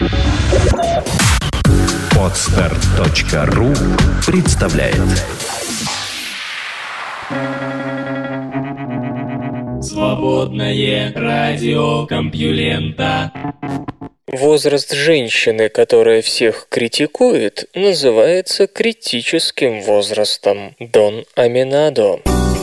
Podster.ru представляет. Свободное радио Компьюлента. Возраст женщины, которая всех критикует, называется критическим возрастом. Дон Аминадо.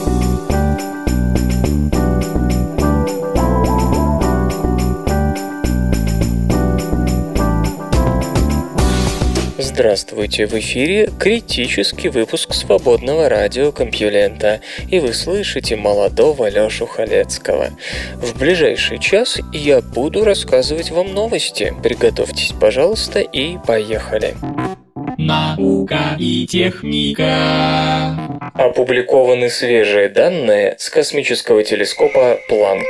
Здравствуйте, в эфире критический выпуск свободного радио Компьюлента, и вы слышите молодого Лёшу Халецкого. В ближайший час я буду рассказывать вам новости. Приготовьтесь, пожалуйста, и поехали. Наука и техника. Опубликованы свежие данные с космического телескопа Планк.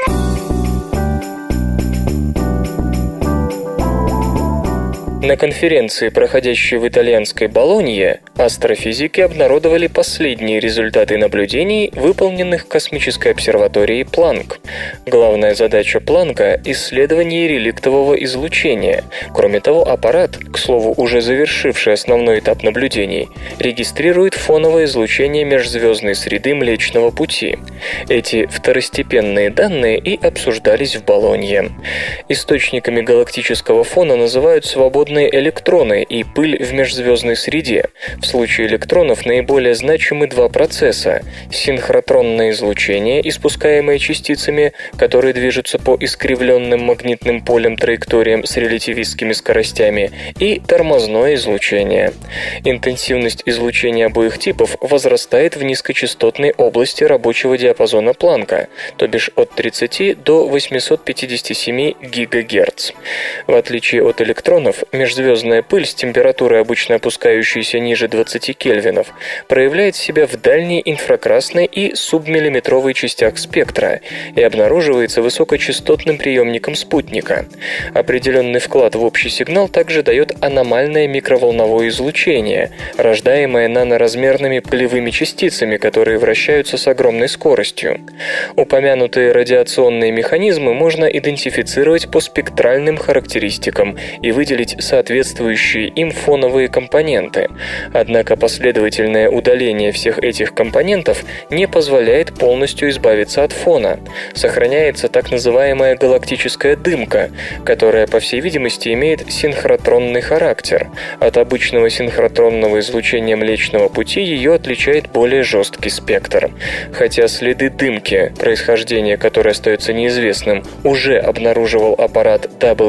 На конференции, проходящей в итальянской Болонье, астрофизики обнародовали последние результаты наблюдений, выполненных космической обсерваторией Планк. Главная задача Планка – исследование реликтового излучения. Кроме того, аппарат, к слову, уже завершивший основной этап наблюдений, регистрирует фоновое излучение межзвездной среды Млечного Пути. Эти второстепенные данные и обсуждались в Болонье. Источниками галактического фона называют свободные электроны и пыль в межзвездной среде. В случае электронов наиболее значимы два процесса – синхротронное излучение, испускаемое частицами, которые движутся по искривленным магнитным полем траекториям с релятивистскими скоростями, и тормозное излучение. Интенсивность излучения обоих типов возрастает в низкочастотной области рабочего диапазона Планка, то бишь от 30 до 857 ГГц. В отличие от электронов, межзвездная пыль с температурой, обычно опускающейся ниже 20 кельвинов, проявляет себя в дальней инфракрасной и субмиллиметровой частях спектра и обнаруживается высокочастотным приемником спутника. Определенный вклад в общий сигнал также дает аномальное микроволновое излучение, рождаемое наноразмерными пылевыми частицами, которые вращаются с огромной скоростью. Упомянутые радиационные механизмы можно идентифицировать по спектральным характеристикам и выделить соответствующие им фоновые компоненты. Однако последовательное удаление всех этих компонентов не позволяет полностью избавиться от фона. Сохраняется так называемая галактическая дымка, которая, по всей видимости, имеет синхротронный характер. От обычного синхротронного излучения Млечного Пути ее отличает более жесткий спектр. Хотя следы дымки, происхождение которой остается неизвестным, уже обнаруживал аппарат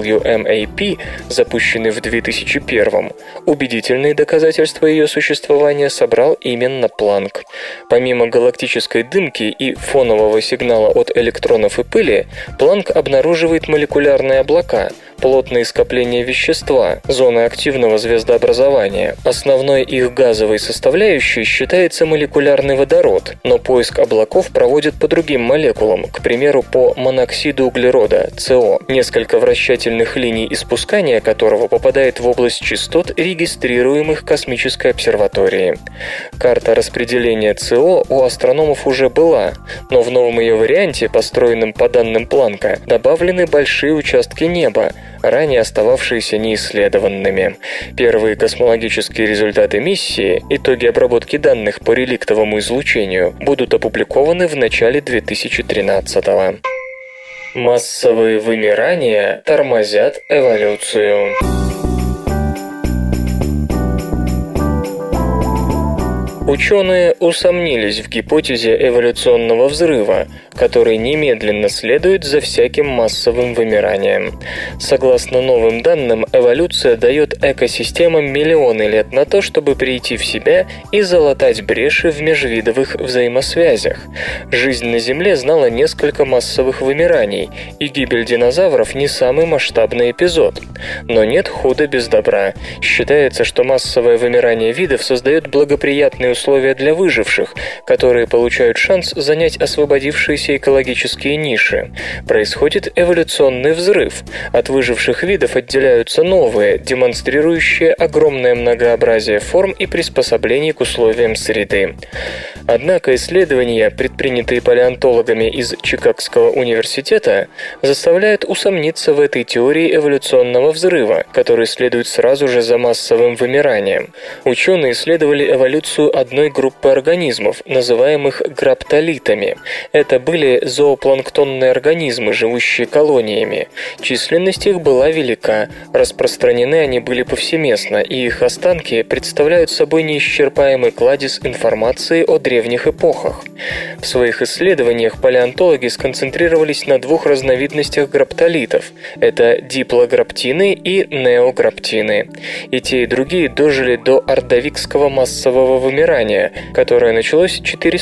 WMAP, запущенный в 2001-м, убедительные доказательства ее существования собрал именно Планк. Помимо галактической дымки и фонового сигнала от электронов и пыли, Планк обнаруживает молекулярные облака, плотные скопления вещества, зоны активного звездообразования. Основной их газовой составляющей считается молекулярный водород, но поиск облаков проводят по другим молекулам, к примеру, по моноксиду углерода, СО, несколько вращательных линий испускания которого попадает в область частот, регистрируемых космической обсерваторией. Карта распределения СО у астрономов уже была, но в новом ее варианте, построенном по данным Планка, добавлены большие участки неба, ранее остававшиеся неисследованными. Первые космологические результаты миссии, итоги обработки данных по реликтовому излучению, будут опубликованы в начале 2013-го. Массовые вымирания тормозят эволюцию. Ученые усомнились в гипотезе эволюционного взрыва, который немедленно следует за всяким массовым вымиранием. Согласно новым данным, эволюция дает экосистемам миллионы лет на то, чтобы прийти в себя и залатать бреши в межвидовых взаимосвязях. Жизнь на Земле знала несколько массовых вымираний, и гибель динозавров не самый масштабный эпизод. Но нет худа без добра. Считается, что массовое вымирание видов создает благоприятные условия для выживших, которые получают шанс занять освободившиеся экологические ниши. Происходит эволюционный взрыв. От выживших видов отделяются новые, демонстрирующие огромное многообразие форм и приспособлений к условиям среды. Однако исследования, предпринятые палеонтологами из Чикагского университета, заставляют усомниться в этой теории эволюционного взрыва, который следует сразу же за массовым вымиранием. Ученые исследовали эволюцию одной группы организмов, называемых граптолитами. Это были зоопланктонные организмы, живущие колониями. Численность их была велика, распространены они были повсеместно, и их останки представляют собой неисчерпаемый кладезь информации о древних эпохах. В своих исследованиях палеонтологи сконцентрировались на двух разновидностях граптолитов – это диплограптины и неограптины. И те, и другие дожили до ордовикского массового вымирания, которое началось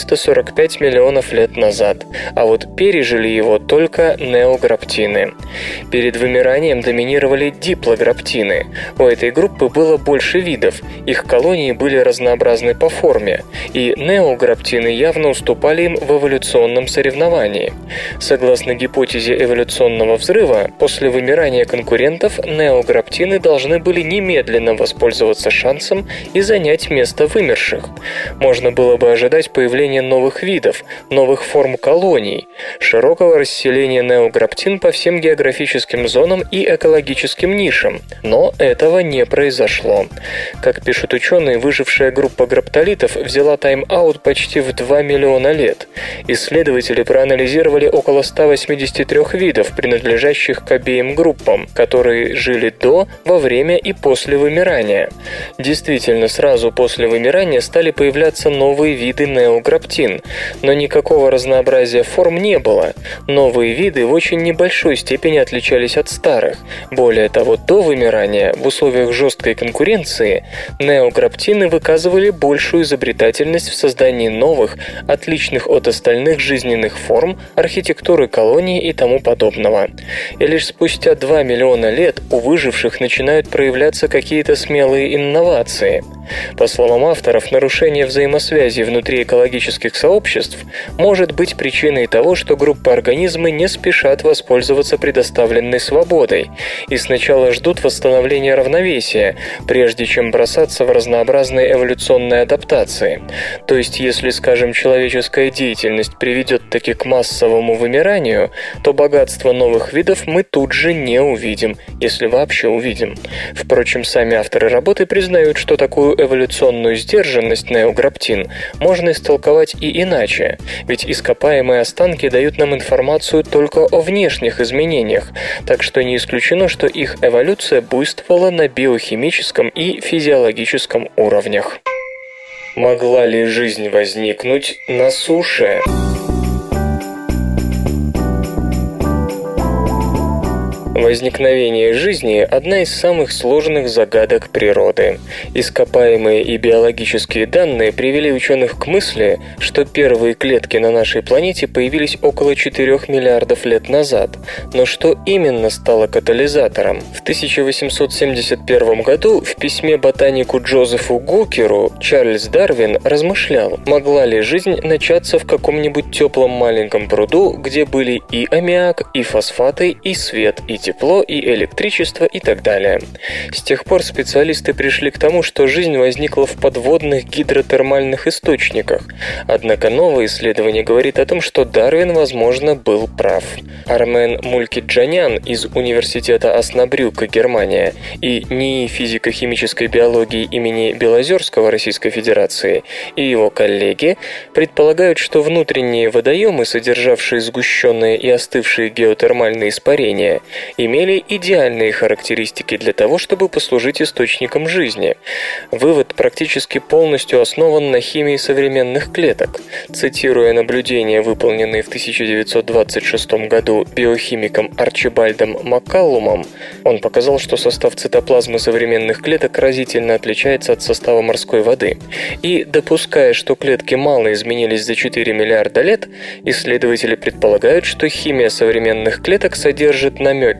445 миллионов лет назад, а вот пережили его только неограптины. Перед вымиранием доминировали диплограптины. У этой группы было больше видов, их колонии были разнообразны по форме, и неограптины явно уступали им в эволюционном соревновании. Согласно гипотезе эволюционного взрыва, после вымирания конкурентов неограптины должны были немедленно воспользоваться шансом и занять место вымерших. Можно было бы ожидать появления новых видов, новых форм колоний, широкого расселения неограптин по всем географическим зонам и экологическим нишам, но этого не произошло. Как пишут ученые, выжившая группа граптолитов взяла тайм-аут почти в 2 миллиона лет. Исследователи проанализировали около 183 видов, принадлежащих к обеим группам, которые жили до, во время и после вымирания. Действительно, сразу после вымирания стали появляться новые виды неограптин, но никакого разнообразия форм не было. Новые виды в очень небольшой степени отличались от старых. Более того, до вымирания, в условиях жесткой конкуренции, неограптины выказывали большую изобретательность в создании новых, отличных от остальных жизненных форм, архитектуры колоний и тому подобного. И лишь спустя 2 миллиона лет у выживших начинают проявляться какие-то смелые инновации. По словам авторов, нарушение взаимосвязи внутри экологических сообществ может быть причиной того, что группы организмы не спешат воспользоваться предоставленной свободой и сначала ждут восстановления равновесия, прежде чем бросаться в разнообразные эволюционные адаптации. То есть, если, скажем, человеческая деятельность приведет таки к массовому вымиранию, то богатство новых видов мы тут же не увидим, если вообще увидим. Впрочем, сами авторы работы признают, что такую эволюционную сдержанность неограптин можно истолковать и иначе, ведь ископаемые останки дают нам информацию только о внешних изменениях, так что не исключено, что их эволюция буйствовала на биохимическом и физиологическом уровнях. Могла ли жизнь возникнуть на суше? Возникновение жизни – одна из самых сложных загадок природы. Ископаемые и биологические данные привели ученых к мысли, что первые клетки на нашей планете появились около 4 миллиардов лет назад. Но что именно стало катализатором? В 1871 году в письме ботанику Джозефу Гукеру Чарльз Дарвин размышлял, могла ли жизнь начаться в каком-нибудь теплом маленьком пруду, где были и аммиак, и фосфаты, и свет, и тепло, и электричество и так далее. С тех пор специалисты пришли к тому, что жизнь возникла в подводных гидротермальных источниках. Однако новое исследование говорит о том, что Дарвин, возможно, был прав. Армен Мулькиджанян из Университета Оснабрюка, Германия, и НИИ физико-химической биологии имени Белозерского Российской Федерации и его коллеги предполагают, что внутренние водоемы, содержавшие сгущенные и остывшие геотермальные испарения, имели идеальные характеристики для того, чтобы послужить источником жизни. Вывод практически полностью основан на химии современных клеток. Цитируя наблюдения, выполненные в 1926 году биохимиком Арчибальдом Маккаллумом, он показал, что состав цитоплазмы современных клеток разительно отличается от состава морской воды. И, допуская, что клетки мало изменились за 4 миллиарда лет, исследователи предполагают, что химия современных клеток содержит намеки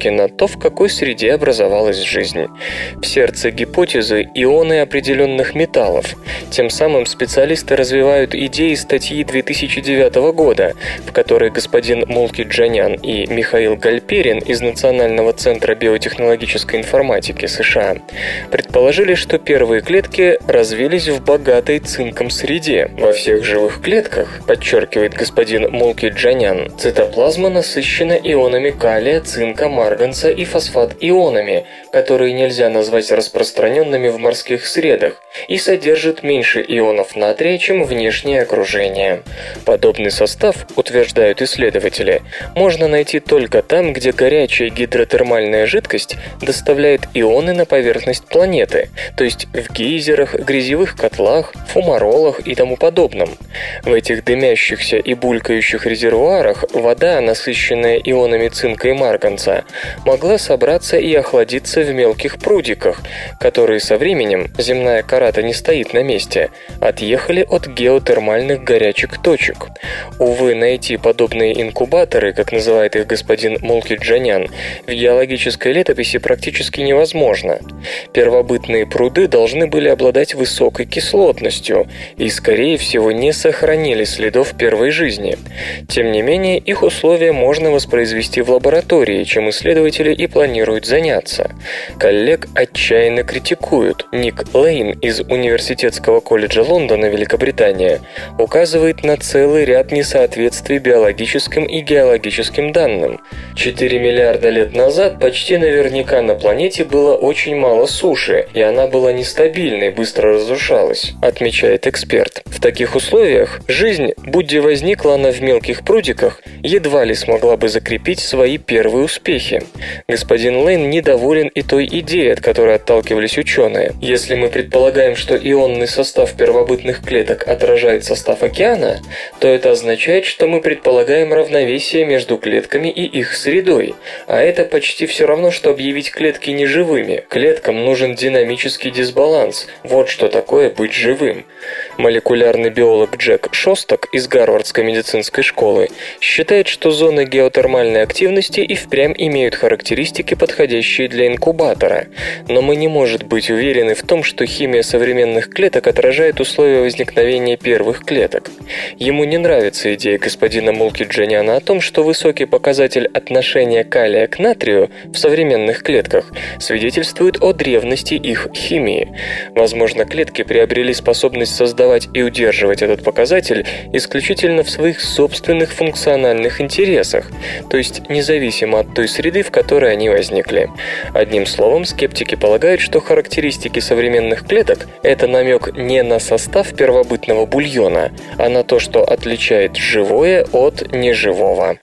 намеки на то, в какой среде образовалась жизнь. В сердце гипотезы ионы определенных металлов. Тем самым специалисты развивают идеи статьи 2009 года, в которой господин Мулки-Джанян и Михаил Гальперин из Национального центра биотехнологической информатики США предположили, что первые клетки развились в богатой цинком среде. Во всех живых клетках, подчеркивает господин Мулки-Джанян, цитоплазма насыщена ионами калия, цинка, марганца и фосфат-ионами, которые нельзя назвать распространенными в морских средах, и содержит меньше ионов натрия, чем внешнее окружение. Подобный состав, утверждают исследователи, можно найти только там, где горячая гидротермальная жидкость доставляет ионы на поверхность планеты, то есть в гейзерах, грязевых котлах, фумаролах и тому подобном. В этих дымящихся и булькающих резервуарах вода, насыщенная ионами цинка и марганца, могла собраться и охладиться в мелких прудиках, которые со временем, земная кора-то не стоит на месте, отъехали от геотермальных горячих точек. Увы, найти подобные инкубаторы, как называет их господин Мулки-Джанян, в геологической летописи практически невозможно. Первобытные пруды должны были обладать высокой кислотностью и, скорее всего, не сохранили следов первой жизни. Тем не менее, их условия можно воспроизвести в лаборатории, чем исследователи и планируют заняться. Коллег отчаянно критикуют. Ник Лейн из Университетского колледжа Лондона, Великобритания, указывает на целый ряд несоответствий биологическим и геологическим данным. 4 миллиарда лет назад почти наверняка на планете было очень мало суши, и она была нестабильной, быстро разрушалась, отмечает эксперт. В таких условиях жизнь, будь где возникла она в мелких прудиках, едва ли смогла бы закрепить свои первые успехи. Господин Лейн недоволен и той идеей, от которой отталкивались ученые. Если мы предполагаем, что ионный состав первобытных клеток отражает состав океана, то это означает, что мы предполагаем равновесие между клетками и их средой. А это почти все равно, что объявить клетки неживыми. Клеткам нужен динамический дисбаланс. Вот что такое быть живым. Молекулярный биолог Джек Шостак из Гарвардской медицинской школы считает, что зоны геотермальной активности и впрямь имеют характеристики, подходящие для инкубатора. Но мы не можем быть уверены в том, что химия современных клеток отражает условия возникновения первых клеток. Ему не нравится идея господина Мулки-Джаняна о том, что высокий показатель отношения калия к натрию в современных клетках свидетельствует о древности их химии. Возможно, клетки приобрели способность создавать и удерживать этот показатель исключительно в своих собственных функциональных интересах, то есть независимо от той среды, в которой они возникли. Одним словом, скептики полагают, что характеристики современных клеток – это намек не на состав первобытного бульона, а на то, что отличает живое от неживого.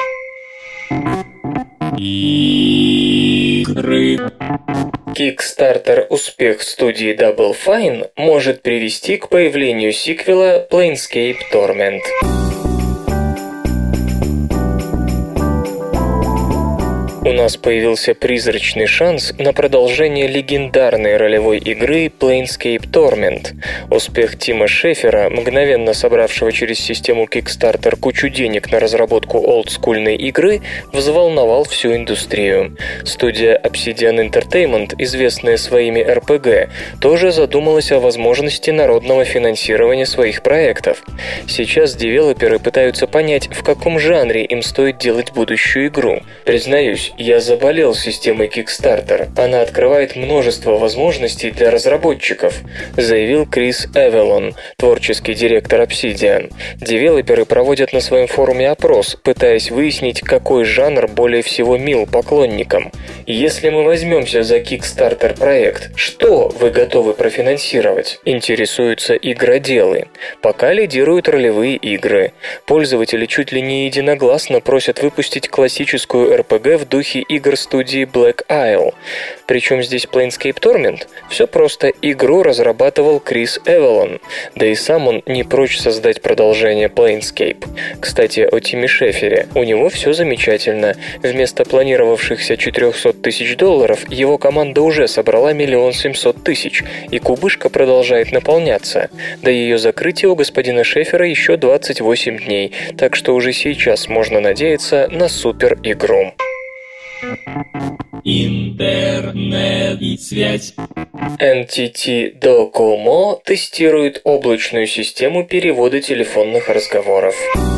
Игры. Kickstarter успех студии Double Fine может привести к появлению сиквела Planescape Torment. У нас появился призрачный шанс на продолжение легендарной ролевой игры Planescape Torment. Успех Тима Шефера, мгновенно собравшего через систему Kickstarter кучу денег на разработку олдскульной игры, взволновал всю индустрию. Студия Obsidian Entertainment, известная своими RPG, тоже задумалась о возможности народного финансирования своих проектов. Сейчас девелоперы пытаются понять, в каком жанре им стоит делать будущую игру. Признаюсь, я заболел системой Kickstarter. Она открывает множество возможностей для разработчиков, заявил Крис Эвелон, творческий директор Obsidian. Девелоперы проводят на своем форуме опрос, пытаясь выяснить, какой жанр более всего мил поклонникам. Если мы возьмемся за Kickstarter проект, что вы готовы профинансировать? Интересуются игроделы. Пока лидируют ролевые игры. Пользователи чуть ли не единогласно просят выпустить классическую RPG в духе игр студии Black Isle. Причем здесь Planescape Torment? Все просто, игру разрабатывал Крис Эвелон, да и сам он не прочь создать продолжение Planescape. Кстати, о Тиме Шефере. У него все замечательно. Вместо планировавшихся $400 тысяч его команда уже собрала 1 700 000, и кубышка продолжает наполняться. До ее закрытия у господина Шефера еще 28 дней, так что уже сейчас можно надеяться на супер игру. Интернет и связь. NTT Docomo тестирует облачную систему перевода телефонных разговоров.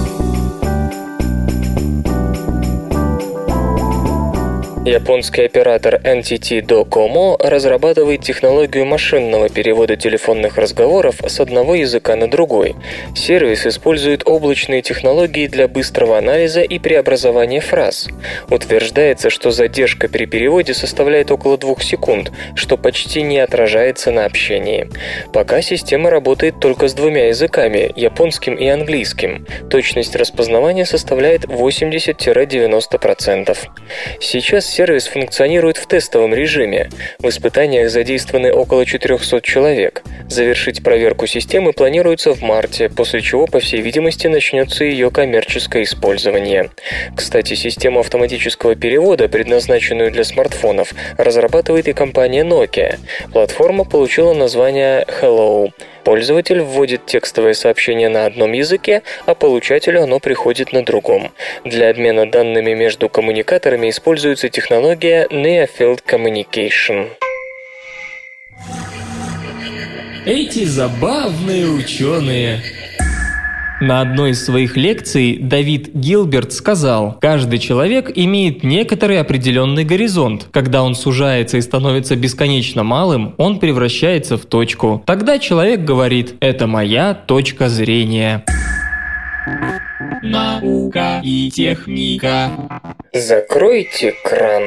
Японский оператор NTT Docomo разрабатывает технологию машинного перевода телефонных разговоров с одного языка на другой. Сервис использует облачные технологии для быстрого анализа и преобразования фраз. Утверждается, что задержка при переводе составляет около 2 секунд, что почти не отражается на общении. Пока система работает только с 2 языками – японским и английским. Точность распознавания составляет 80-90%. Сейчас сервис функционирует в тестовом режиме. В испытаниях задействованы около 400 человек. Завершить проверку системы планируется в марте, после чего, по всей видимости, начнется ее коммерческое использование. Кстати, систему автоматического перевода, предназначенную для смартфонов, разрабатывает и компания Nokia. Платформа получила название Hello. Пользователь вводит текстовое сообщение на одном языке, а получателю оно приходит на другом. Для обмена данными между коммуникаторами используется технология Near Field Communication. Эти забавные ученые. На одной из своих лекций Давид Гилберт сказал: «Каждый человек имеет некоторый определенный горизонт. Когда он сужается и становится бесконечно малым, он превращается в точку. Тогда человек говорит: это моя точка зрения». Наука и техника. Закройте кран.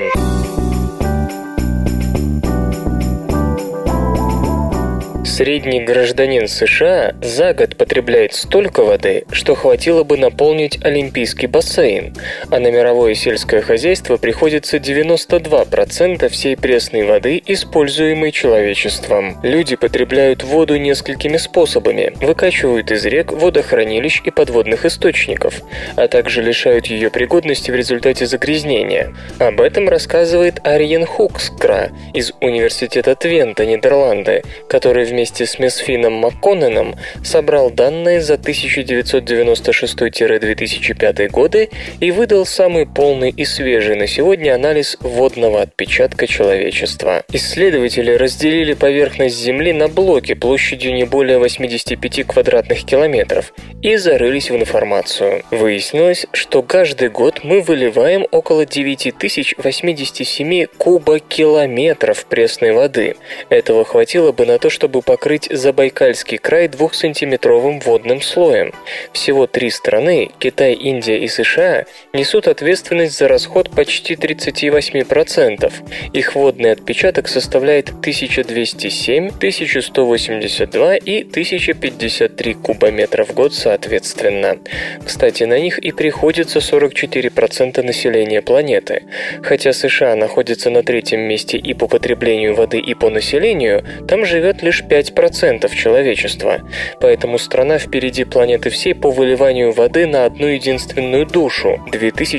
Средний гражданин США за год потребляет столько воды, что хватило бы наполнить Олимпийский бассейн, а на мировое сельское хозяйство приходится 92% всей пресной воды, используемой человечеством. Люди потребляют воду несколькими способами: выкачивают из рек, водохранилищ и подводных источников, а также лишают ее пригодности в результате загрязнения. Об этом рассказывает Арьен Хукскра из Университета Твента, Нидерланды, который вместе с мисс Финном МакКонненом собрал данные за 1996-2005 годы и выдал самый полный и свежий на сегодня анализ водного отпечатка человечества. Исследователи разделили поверхность Земли на блоки площадью не более 85 квадратных километров и зарылись в информацию. Выяснилось, что каждый год мы выливаем около 9087 кубокилометров пресной воды. Этого хватило бы на то, чтобы покрыть Забайкальский край 2-сантиметровым водным слоем. Всего 3 страны – Китай, Индия и США – несут ответственность за расход почти 38%. Их водный отпечаток составляет 1207, 1182 и 1053 кубометра в год соответственно. Кстати, на них и приходится 44% населения планеты. Хотя США находится на 3-м месте и по потреблению воды, и по населению, там живет лишь 5% человечества. Поэтому страна впереди планеты всей по выливанию воды на одну единственную душу –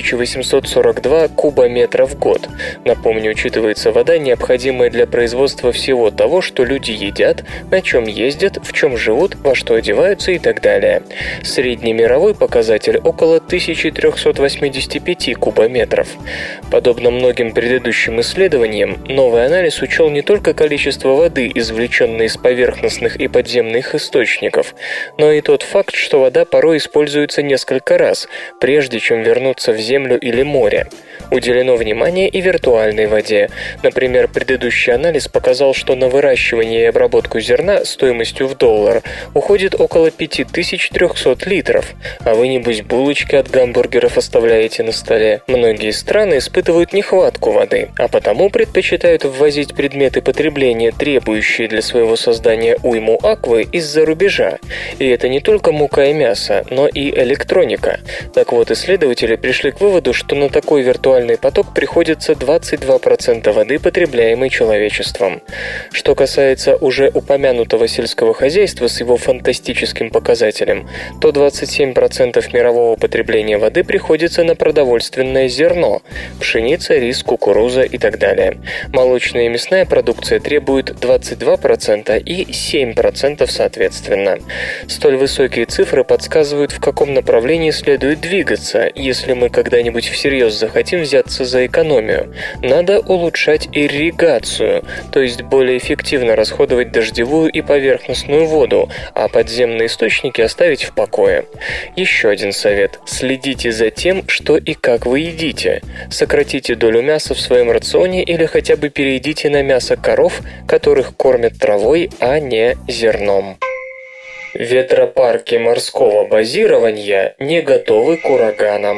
2842 кубометра в год. Напомню, учитывается вода, необходимая для производства всего того, что люди едят, на чем ездят, в чем живут, во что одеваются и так далее. Средний мировой показатель около 1385 кубометров. Подобно многим предыдущим исследованиям, новый анализ учел не только количество воды, извлеченной из поверхностных и подземных источников, но и тот факт, что вода порой используется несколько раз, прежде чем вернуться в землю или море. Уделено внимание и виртуальной воде. Например, предыдущий анализ показал, что на выращивание и обработку зерна стоимостью в $1 уходит около 5300 литров, а вы, небось, булочки от гамбургеров оставляете на столе. Многие страны испытывают нехватку воды, а потому предпочитают ввозить предметы потребления, требующие для своего создания уйму аквы, из-за рубежа. И это не только мука и мясо, но и электроника. Так вот, исследователи пришли к выводу, что на такой виртуальный поток приходится 22% воды, потребляемой человечеством. Что касается уже упомянутого сельского хозяйства с его фантастическим показателем, то 27% мирового потребления воды приходится на продовольственное зерно – пшеница, рис, кукуруза и так далее. Молочная и мясная продукция требует 22% и 7% соответственно. Столь высокие цифры подсказывают, в каком направлении следует двигаться, если мы когда-нибудь всерьез захотим взяться за экономию. Надо улучшать ирригацию, то есть более эффективно расходовать дождевую и поверхностную воду, а подземные источники оставить в покое. Еще один совет. Следите за тем, что и как вы едите. Сократите долю мяса в своем рационе или хотя бы перейдите на мясо коров, которых кормят травой, а не зерном. Ветропарки морского базирования не готовы к ураганам.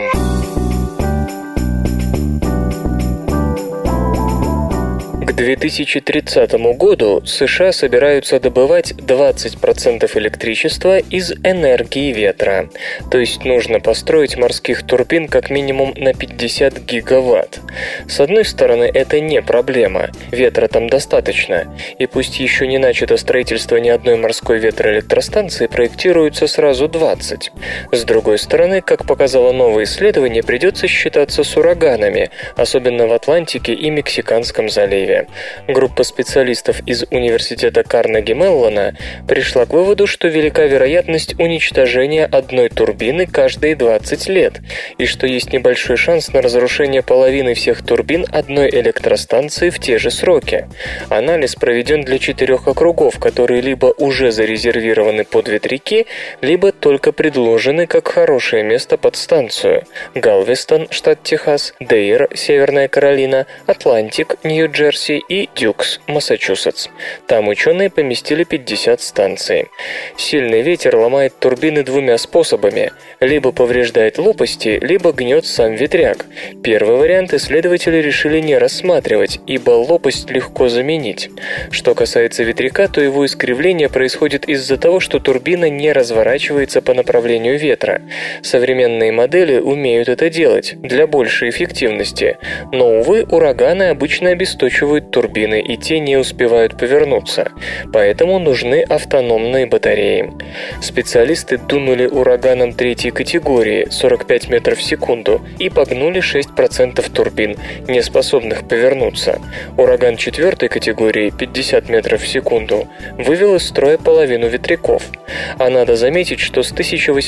К 2030 году США собираются добывать 20% электричества из энергии ветра. То есть нужно построить морских турбин как минимум на 50 гигаватт. С одной стороны, это не проблема. Ветра там достаточно. И пусть еще не начато строительство ни одной морской ветроэлектростанции, проектируются сразу 20. С другой стороны, как показало новое исследование, придется считаться с ураганами, особенно в Атлантике и Мексиканском заливе. Группа специалистов из университета Карнеги-Меллона пришла к выводу, что велика вероятность уничтожения одной турбины каждые 20 лет, и что есть небольшой шанс на разрушение половины всех турбин одной электростанции в те же сроки. Анализ проведен для 4 округов, которые либо уже зарезервированы под ветряки, либо только предложены как хорошее место под станцию. Галвестон, штат Техас, Дейр, Северная Каролина, Атлантик, Нью-Джерси и Дюкс, Массачусетс. Там ученые поместили 50 станций. Сильный ветер ломает турбины двумя способами. Либо повреждает лопасти, либо гнет сам ветряк. Первый вариант исследователи решили не рассматривать, ибо лопасть легко заменить. Что касается ветряка, то его искривление происходит из-за того, что турбина не разворачивается по направлению ветра. Современные модели умеют это делать для большей эффективности. Но, увы, ураганы обычно обесточивают турбины, и те не успевают повернуться. Поэтому нужны автономные батареи. Специалисты дунули ураганом третьей категории 45 метров в секунду и погнули 6% турбин, не способных повернуться. Ураган четвертой категории 50 метров в секунду вывел из строя половину ветряков. А надо заметить, что с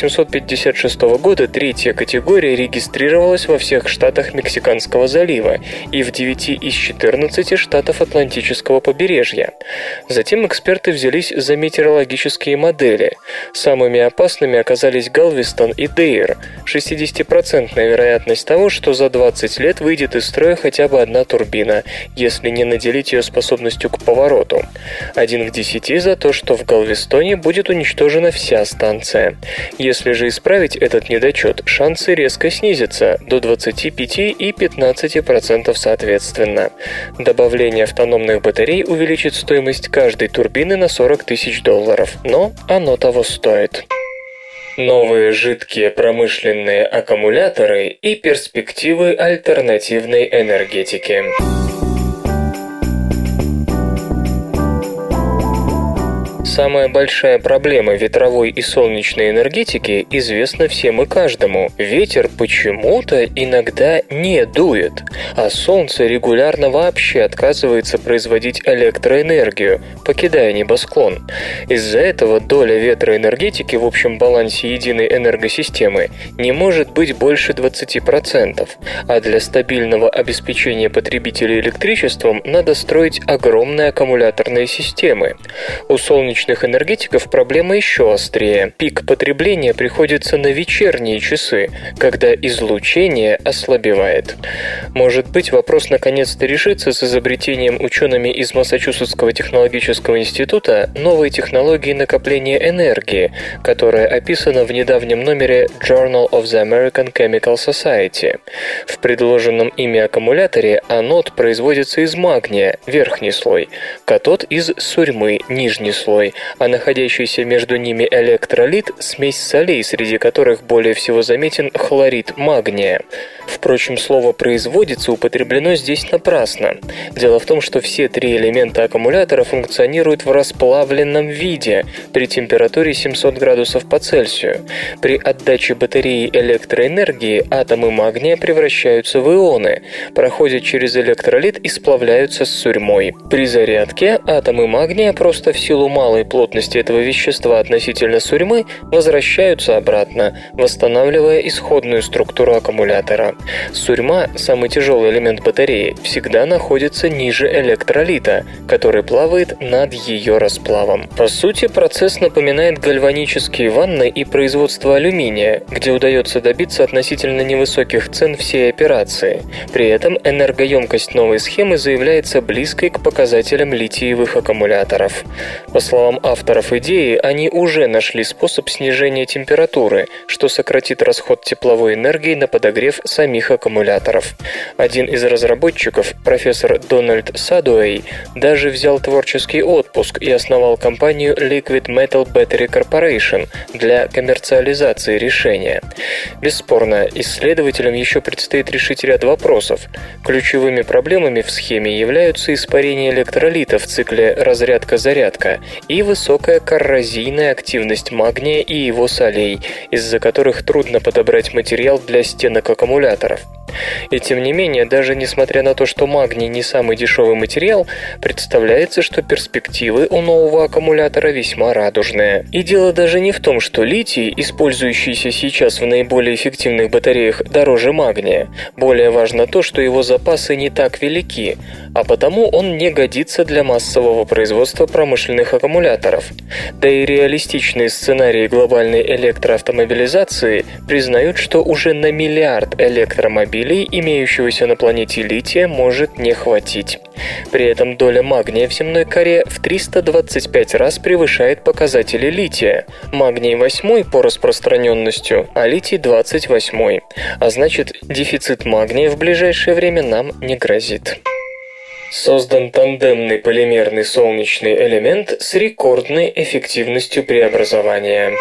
1856 года третья категория регистрировалась во всех штатах Мексиканского залива и в 9 из 14 штатов Атлантического побережья. Затем эксперты взялись за метеорологические модели. Самыми опасными оказались Галвестон и Дейр. 60% вероятность того, что за 20 лет выйдет из строя хотя бы одна турбина, если не наделить ее способностью к повороту. 1 к 10 за то, что в Галвестоне будет уничтожена вся станция. Если же исправить этот недочет, шансы резко снизятся до 25 и 15% соответственно. Добавление автономных батарей увеличит стоимость каждой турбины на $40 тысяч, но оно того стоит. Новые жидкие промышленные аккумуляторы и перспективы альтернативной энергетики. Самая большая проблема ветровой и солнечной энергетики известна всем и каждому. Ветер почему-то иногда не дует, а солнце регулярно вообще отказывается производить электроэнергию, покидая небосклон. Из-за этого доля ветроэнергетики в общем балансе единой энергосистемы не может быть больше 20%, а для стабильного обеспечения потребителей электричеством надо строить огромные аккумуляторные системы. У солнечных энергетиков проблема еще острее. Пик потребления приходится на вечерние часы, когда излучение ослабевает. Может быть, вопрос наконец-то решится с изобретением учеными из Массачусетского технологического института новой технологии накопления энергии, которая описана в недавнем номере Journal of the American Chemical Society. В предложенном ими аккумуляторе анод производится из магния, верхний слой, катод из сурьмы, нижний слой, а находящийся между ними электролит – смесь солей, среди которых более всего заметен хлорид магния. Впрочем, слово «производится» употреблено здесь напрасно. Дело в том, что все три элемента аккумулятора функционируют в расплавленном виде при температуре 700 градусов по Цельсию. При отдаче батареи электроэнергии атомы магния превращаются в ионы, проходят через электролит и сплавляются с сурьмой. При зарядке атомы магния просто в силу малой плотности этого вещества относительно сурьмы возвращаются обратно, восстанавливая исходную структуру аккумулятора. Сурьма, самый тяжелый элемент батареи, всегда находится ниже электролита, который плавает над ее расплавом. По сути, процесс напоминает гальванические ванны и производство алюминия, где удается добиться относительно невысоких цен всей операции. При этом энергоемкость новой схемы заявляется близкой к показателям литиевых аккумуляторов. По словам авторов идеи, они уже нашли способ снижения температуры, что сократит расход тепловой энергии на подогрев самих аккумуляторов. Один из разработчиков, профессор Дональд Садуэй, даже взял творческий отпуск и основал компанию Liquid Metal Battery Corporation для коммерциализации решения. Бесспорно, исследователям еще предстоит решить ряд вопросов. Ключевыми проблемами в схеме являются испарение электролита в цикле разрядка-зарядка и высокая коррозийная активность магния и его солей, из-за которых трудно подобрать материал для стенок аккумуляторов. И тем не менее, даже несмотря на то, что магний не самый дешевый материал, представляется, что перспективы у нового аккумулятора весьма радужные. И дело даже не в том, что литий, использующийся сейчас в наиболее эффективных батареях, дороже магния. Более важно то, что его запасы не так велики, а потому он не годится для массового производства промышленных аккумуляторов. Да и реалистичные сценарии глобальной электроавтомобилизации признают, что уже на миллиард электромобилей, имеющегося на планете лития, может не хватить. При этом доля магния в земной коре в 325 раз превышает показатели лития. Магний 8 по распространенностью, а литий 28. А значит, дефицит магния в ближайшее время нам не грозит. Создан тандемный полимерный солнечный элемент с рекордной эффективностью преобразования.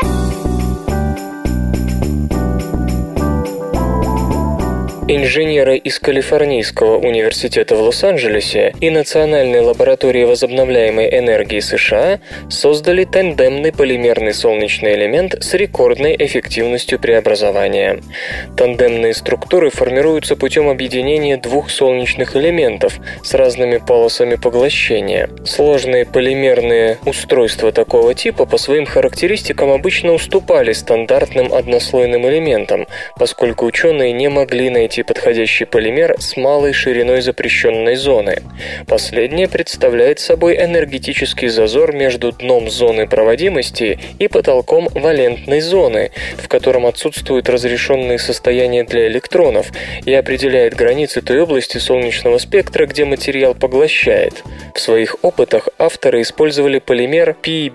Инженеры из Калифорнийского университета в Лос-Анджелесе и Национальной лаборатории возобновляемой энергии США создали тандемный полимерный солнечный элемент с рекордной эффективностью преобразования. Тандемные структуры формируются путем объединения двух солнечных элементов с разными полосами поглощения. Сложные полимерные устройства такого типа по своим характеристикам обычно уступали стандартным однослойным элементам, поскольку ученые не могли найти подходящий полимер с малой шириной запрещенной зоны. Последнее представляет собой энергетический зазор между дном зоны проводимости и потолком валентной зоны, в котором отсутствуют разрешенные состояния для электронов, и определяет границы той области солнечного спектра, где материал поглощает. В своих опытах авторы использовали полимер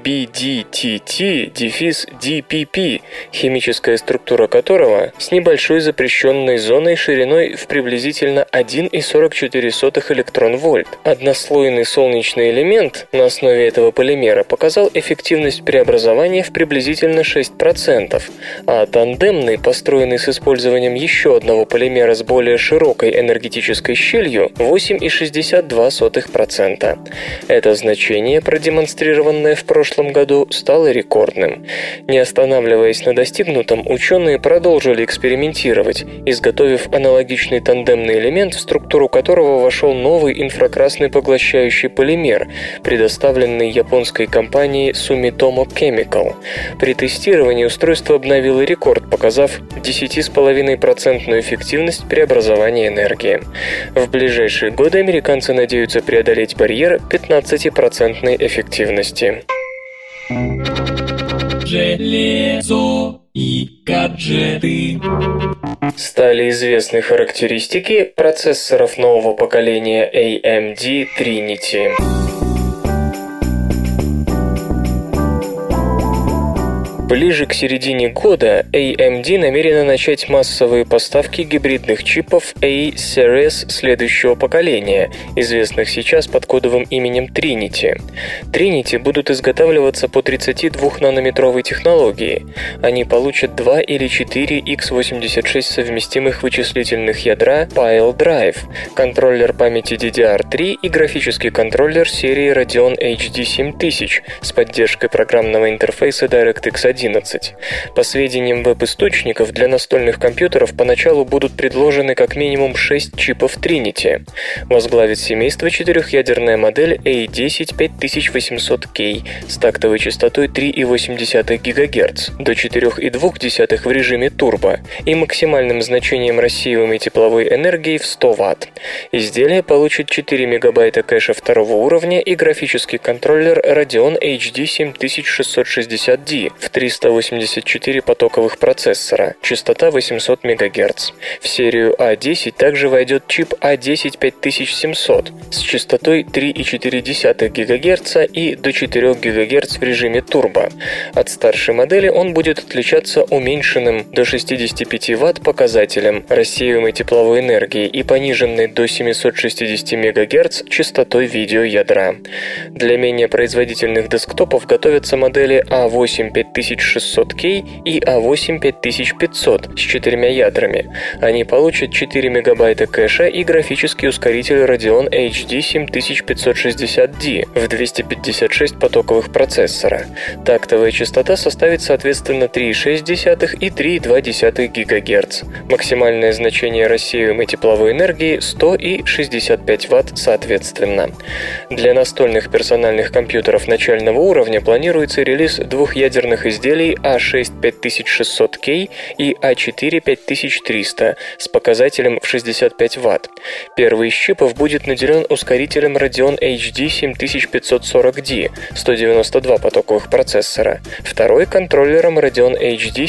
PBDTT-DPP, химическая структура которого с небольшой запрещенной зоной шириной в приблизительно 1,44 электрон-вольт. Однослойный солнечный элемент на основе этого полимера показал эффективность преобразования в приблизительно 6%, а тандемный, построенный с использованием еще одного полимера с более широкой энергетической щелью, 8,62%. Это значение, продемонстрированное в прошлом году, стало рекордным. Не останавливаясь на достигнутом, ученые продолжили экспериментировать, изготовив аналогичный тандемный элемент, в структуру которого вошел новый инфракрасный поглощающий полимер, предоставленный японской компанией Sumitomo Chemical. При тестировании устройство обновило рекорд, показав 10,5% эффективность преобразования энергии. В ближайшие годы американцы надеются преодолеть барьер 15% эффективности. Железо и гаджеты. Стали известны характеристики процессоров нового поколения AMD Trinity. Ближе к середине года AMD намерена начать массовые поставки гибридных чипов A-Series следующего поколения, известных сейчас под кодовым именем Trinity. Trinity будут изготавливаться по 32-нанометровой технологии. Они получат 2 или 4 x86 совместимых вычислительных ядра Pile Drive, контроллер памяти DDR3 и графический контроллер серии Radeon HD 7000 с поддержкой программного интерфейса DirectX 11. По сведениям веб-источников, для настольных компьютеров поначалу будут предложены как минимум 6 чипов Trinity. Возглавит семейство четырехъядерная модель A10 5800K с тактовой частотой 3,8 ГГц до 4,2 в режиме турбо и максимальным значением рассеиваемой тепловой энергии в 100 Вт. Изделие получит 4 МБ кэша второго уровня и графический контроллер Radeon HD 7660D в 384 потоковых процессора, частота 800 МГц. В серию A10 также войдет чип A10 5700 с частотой 3,4 ГГц и до 4 ГГц в режиме турбо. От старшей модели он будет отличаться уменьшенным до 65 Вт показателем рассеиваемой тепловой энергии и пониженной до 760 МГц частотой видеоядра. Для менее производительных десктопов готовятся модели A8 5600K и A8 5500 с 4 ядрами. Они получат 4 МБ кэша и графический ускоритель Radeon HD 7560D в 256 потоковых процессора. Тактовая частота составит соответственно 3,6 и 3,2 ГГц. Максимальное значение рассеиваемой тепловой энергии 100 и 65 Вт соответственно. Для настольных персональных компьютеров начального уровня планируется релиз двухъядерных изделий A6 5600K и A4 5300 с показателем в 65 Вт. Первый из чипов будет наделен ускорителем Radeon HD 7540D 192 потоковых процессора, второй контроллером Radeon HD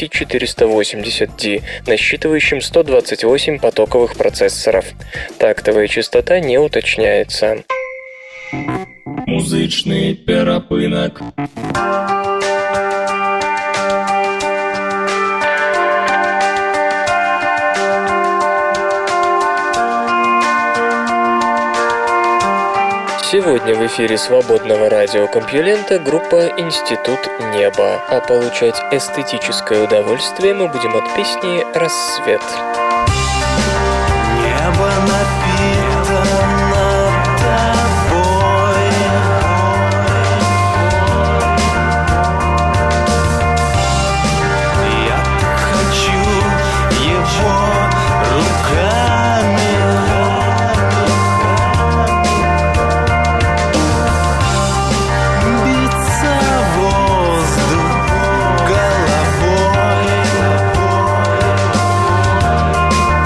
7480D, насчитывающим 128 потоковых процессоров. Тактовая частота не уточняется. Музичний перепинок. Сегодня в эфире свободного радиокомпьюлента группа «Институт неба», а получать эстетическое удовольствие мы будем от песни «Рассвет». Небо напитано тобой, я хочу его руками. Биться воздух головой.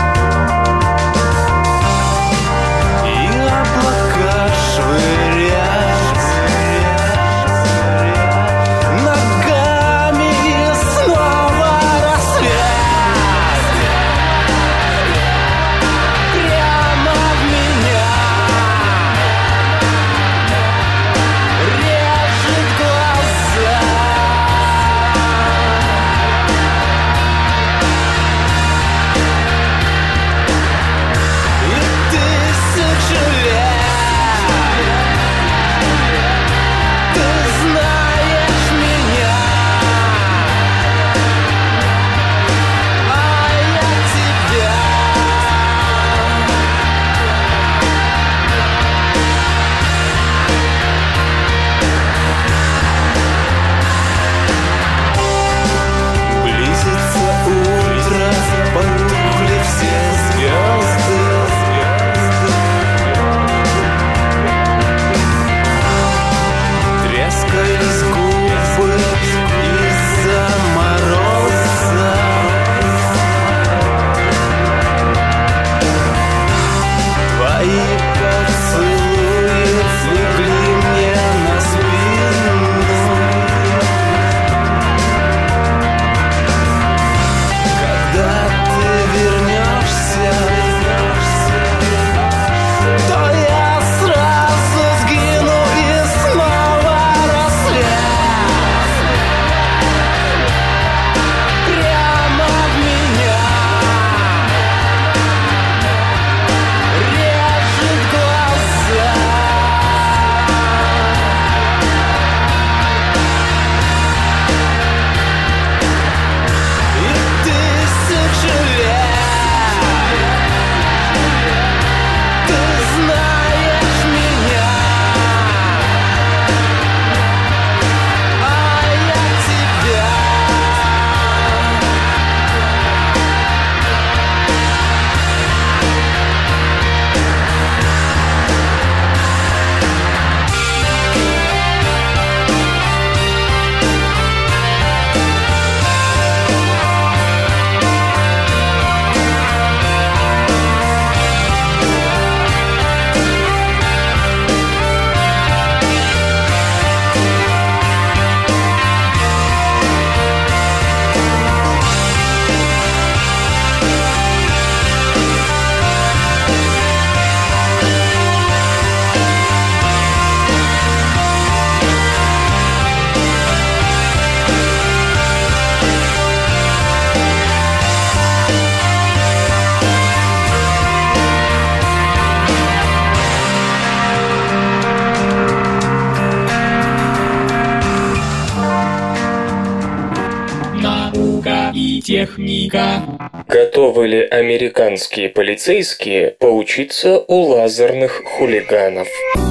Политехника. Готовы ли американские полицейские поучиться у лазерных хулиганов?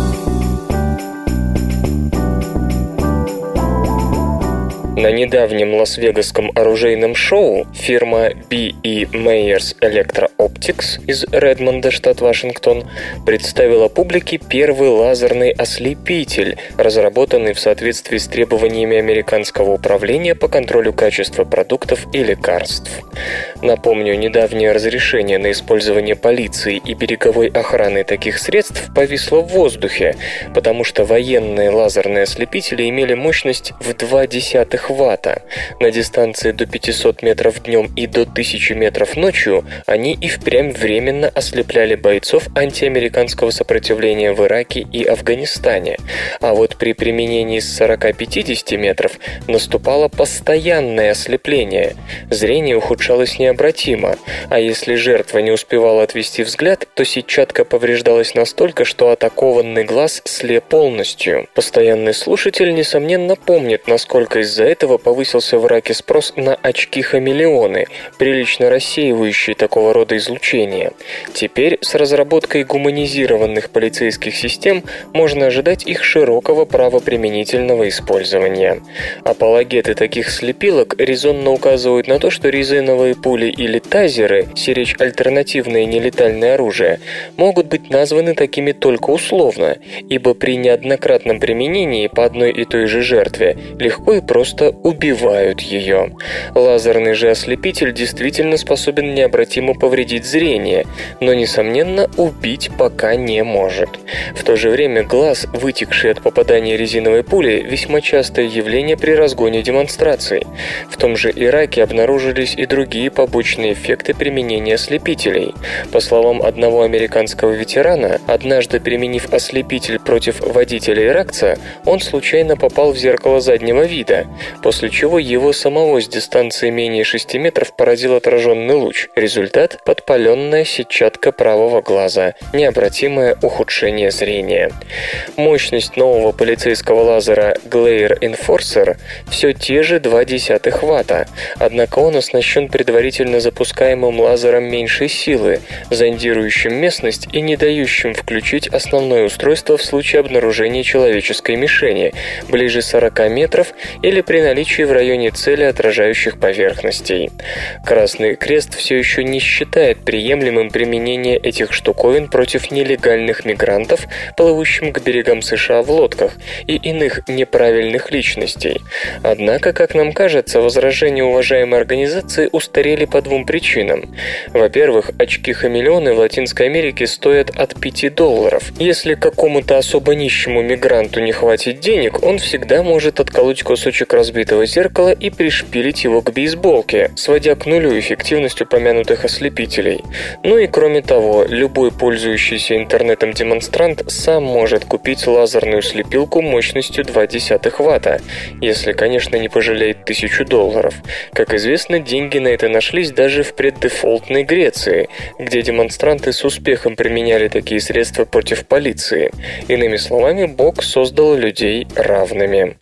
На недавнем лас-вегасском оружейном шоу фирма B.E. Meyers Electro-Optics из Редмонда, штат Вашингтон, представила публике первый лазерный ослепитель, разработанный в соответствии с требованиями американского управления по контролю качества продуктов и лекарств. Напомню, недавнее разрешение на использование полиции и береговой охраны таких средств повисло в воздухе, потому что военные лазерные ослепители имели мощность в 0,2 Ватта. На дистанции до 500 метров днем и до 1000 метров ночью они и впрямь временно ослепляли бойцов антиамериканского сопротивления в Ираке и Афганистане. А вот при применении с 40-50 метров наступало постоянное ослепление. Зрение ухудшалось необратимо, а если жертва не успевала отвести взгляд, то сетчатка повреждалась настолько, что атакованный глаз слеп полностью. Постоянный слушатель, несомненно, помнит, насколько из-за этого повысился в Ираке спрос на очки-хамелеоны, прилично рассеивающие такого рода излучение. Теперь с разработкой гуманизированных полицейских систем можно ожидать их широкого правоприменительного использования. Апологеты таких слепилок резонно указывают на то, что резиновые пули или тазеры, сиречь альтернативное нелетальное оружие, могут быть названы такими только условно, ибо при неоднократном применении по одной и той же жертве легко и просто убивают ее. Лазерный же ослепитель действительно способен необратимо повредить зрение, но, несомненно, убить пока не может. В то же время глаз, вытекший от попадания резиновой пули, весьма частое явление при разгоне демонстраций. В том же Ираке обнаружились и другие побочные эффекты применения ослепителей. По словам одного американского ветерана, однажды применив ослепитель против водителя-иракца, он случайно попал в зеркало заднего вида, после чего его самого с дистанции менее 6 метров поразил отраженный луч. Результат – подпаленная сетчатка правого глаза, необратимое ухудшение зрения. Мощность нового полицейского лазера Glare Enforcer все те же 0,2 Ватта, однако он оснащен предварительно запускаемым лазером меньшей силы, зондирующим местность и не дающим включить основное устройство в случае обнаружения человеческой мишени, ближе 40 метров или при наличии в районе цели отражающих поверхностей. Красный Крест все еще не считает приемлемым применение этих штуковин против нелегальных мигрантов, плывущим к берегам США в лодках, и иных неправильных личностей. Однако, как нам кажется, возражения уважаемой организации устарели по двум причинам. Во-первых, очки-хамелеоны в Латинской Америке стоят от $5. Если какому-то особо нищему мигранту не хватит денег, он всегда может отколоть кусочек разбитого зеркала и пришпилить его к бейсболке, сводя к нулю эффективность упомянутых ослепителей. Ну и кроме того, любой пользующийся интернетом демонстрант сам может купить лазерную слепилку мощностью 0,2 Ватта, если, конечно, не пожалеет $1000. Как известно, деньги на это нашлись даже в преддефолтной Греции, где демонстранты с успехом применяли такие средства против полиции. Иными словами, Бог создал людей равными.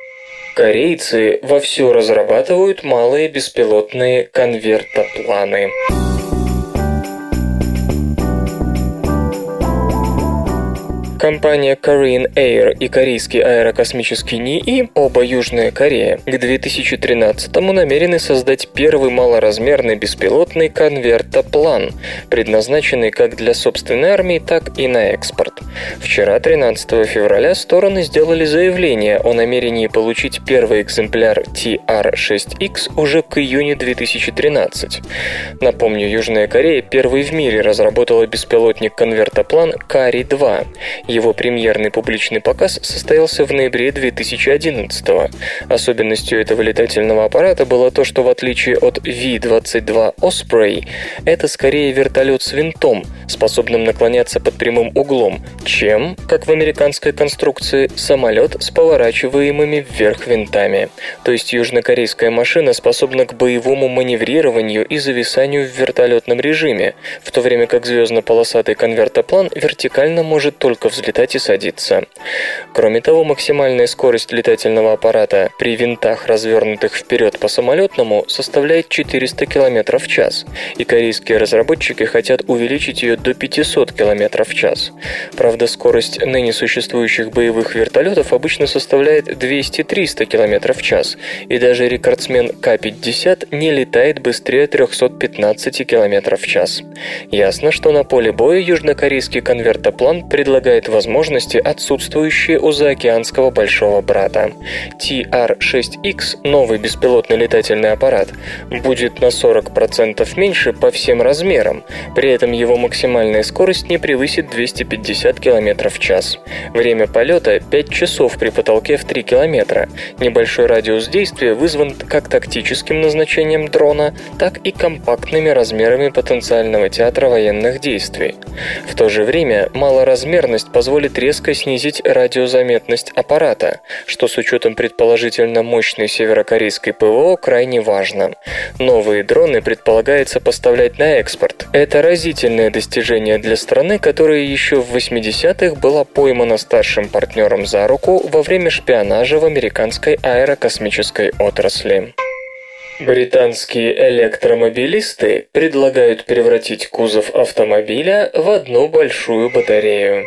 Корейцы вовсю разрабатывают малые беспилотные конвертопланы. Компания Korean Air и корейский аэрокосмический НИИ, оба Южная Корея, к 2013-му намерены создать первый малоразмерный беспилотный конвертоплан, предназначенный как для собственной армии, так и на экспорт. Вчера, 13 февраля, стороны сделали заявление о намерении получить первый экземпляр TR-6X уже к июню 2013. Напомню, Южная Корея первой в мире разработала беспилотник-конвертоплан Кари-2. Его премьерный публичный показ состоялся в ноябре 2011-го. Особенностью этого летательного аппарата было то, что в отличие от V-22 Osprey, это скорее вертолет с винтом, способным наклоняться под прямым углом, чем, как в американской конструкции, самолет с поворачиваемыми вверх винтами. То есть южнокорейская машина способна к боевому маневрированию и зависанию в вертолетном режиме, в то время как звездно-полосатый конвертоплан вертикально может только взлетать и садиться. Кроме того, максимальная скорость летательного аппарата при винтах, развернутых вперед по самолетному, составляет 400 км в час, и корейские разработчики хотят увеличить ее до 500 км в час. Правда, скорость ныне существующих боевых вертолетов обычно составляет 200-300 км в час, и даже рекордсмен К-50 не летает быстрее 315 км в час. Ясно, что на поле боя южнокорейский конвертоплан предлагает возможности, отсутствующие у заокеанского большого брата. TR-6X, новый беспилотный летательный аппарат, будет на 40% меньше по всем размерам, при этом его максимальная скорость не превысит 250 км в час. Время полета 5 часов при потолке в 3 км. Небольшой радиус действия вызван как тактическим назначением дрона, так и компактными размерами потенциального театра военных действий. В то же время малоразмерность позволит резко снизить радиозаметность аппарата, что с учетом предположительно мощной северокорейской ПВО крайне важно. Новые дроны предполагается поставлять на экспорт. Это разительное достижение для страны, которая еще в 80-х была поймана старшим партнером за руку во время шпионажа в американской аэрокосмической отрасли. Британские электромобилисты предлагают превратить кузов автомобиля в одну большую батарею.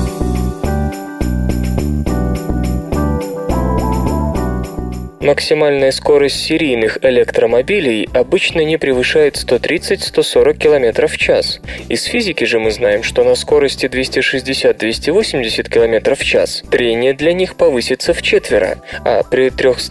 Максимальная скорость серийных электромобилей обычно не превышает 130-140 км в час. Из физики же мы знаем, что на скорости 260-280 км в час трение для них повысится вчетверо, а при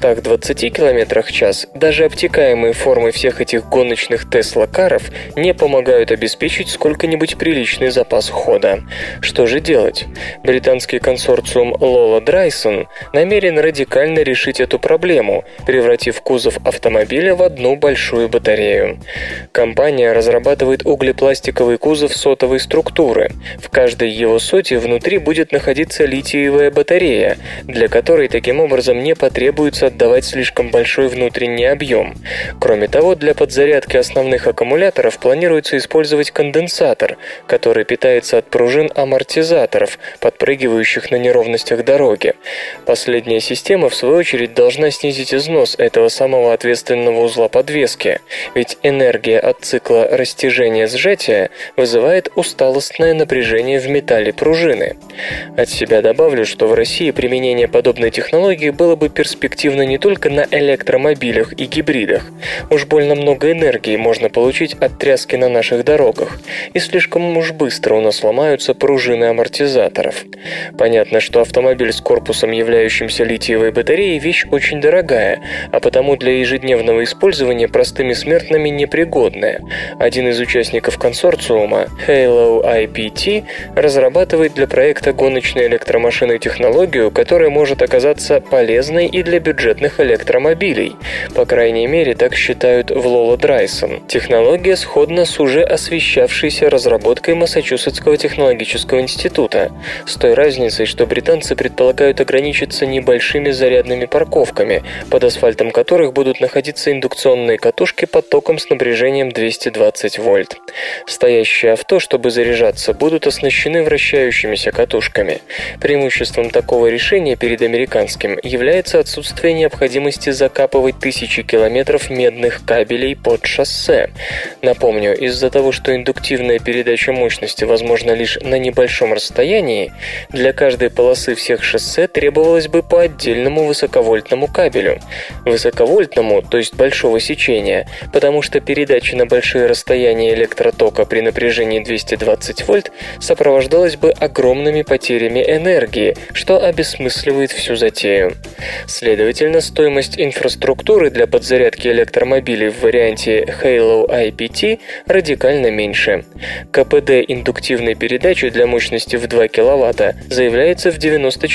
320 км в час даже обтекаемые формы всех этих гоночных Тесла-каров не помогают обеспечить сколько-нибудь приличный запас хода. Что же делать? Британский консорциум Lola Dryson намерен радикально решить эту проблему, превратив кузов автомобиля в одну большую батарею. Компания разрабатывает углепластиковый кузов сотовой структуры. В каждой его соте внутри будет находиться литиевая батарея, для которой таким образом не потребуется отдавать слишком большой внутренний объем. Кроме того, для подзарядки основных аккумуляторов планируется использовать конденсатор, который питается от пружин амортизаторов, подпрыгивающих на неровностях дороги. Последняя система, в свою очередь, должна снизить износ этого самого ответственного узла подвески, ведь энергия от цикла растяжения-сжатия вызывает усталостное напряжение в металле пружины. От себя добавлю, что в России применение подобной технологии было бы перспективно не только на электромобилях и гибридах. Уж больно много энергии можно получить от тряски на наших дорогах, и слишком уж быстро у нас ломаются пружины амортизаторов. Понятно, что автомобиль с корпусом, являющимся литиевой батареей, вещь очень дорогая, а потому для ежедневного использования простыми смертными непригодная. Один из участников консорциума, Halo IPT, разрабатывает для проекта гоночной электромашины технологию, которая может оказаться полезной и для бюджетных электромобилей. По крайней мере, так считают в Lola Dryson. Технология сходна с уже освещавшейся разработкой Массачусетского технологического института, с той разницей, что британцы предполагают ограничиться небольшими зарядными парковками, под асфальтом которых будут находиться индукционные катушки под током с напряжением 220 вольт. Стоящие авто, чтобы заряжаться, будут оснащены вращающимися катушками. Преимуществом такого решения перед американским является отсутствие необходимости закапывать тысячи километров медных кабелей под шоссе. Напомню, из-за того, что индуктивная передача мощности возможна лишь на небольшом расстоянии, для каждой полосы всех шоссе требовалось бы по отдельному высоковольтному кабелю. Высоковольтному, то есть большого сечения, потому что передача на большие расстояния электротока при напряжении 220 вольт сопровождалась бы огромными потерями энергии, что обесмысливает всю затею. Следовательно, стоимость инфраструктуры для подзарядки электромобилей в варианте Halo IPT радикально меньше. КПД индуктивной передачи для мощности в 2 кВт заявляется в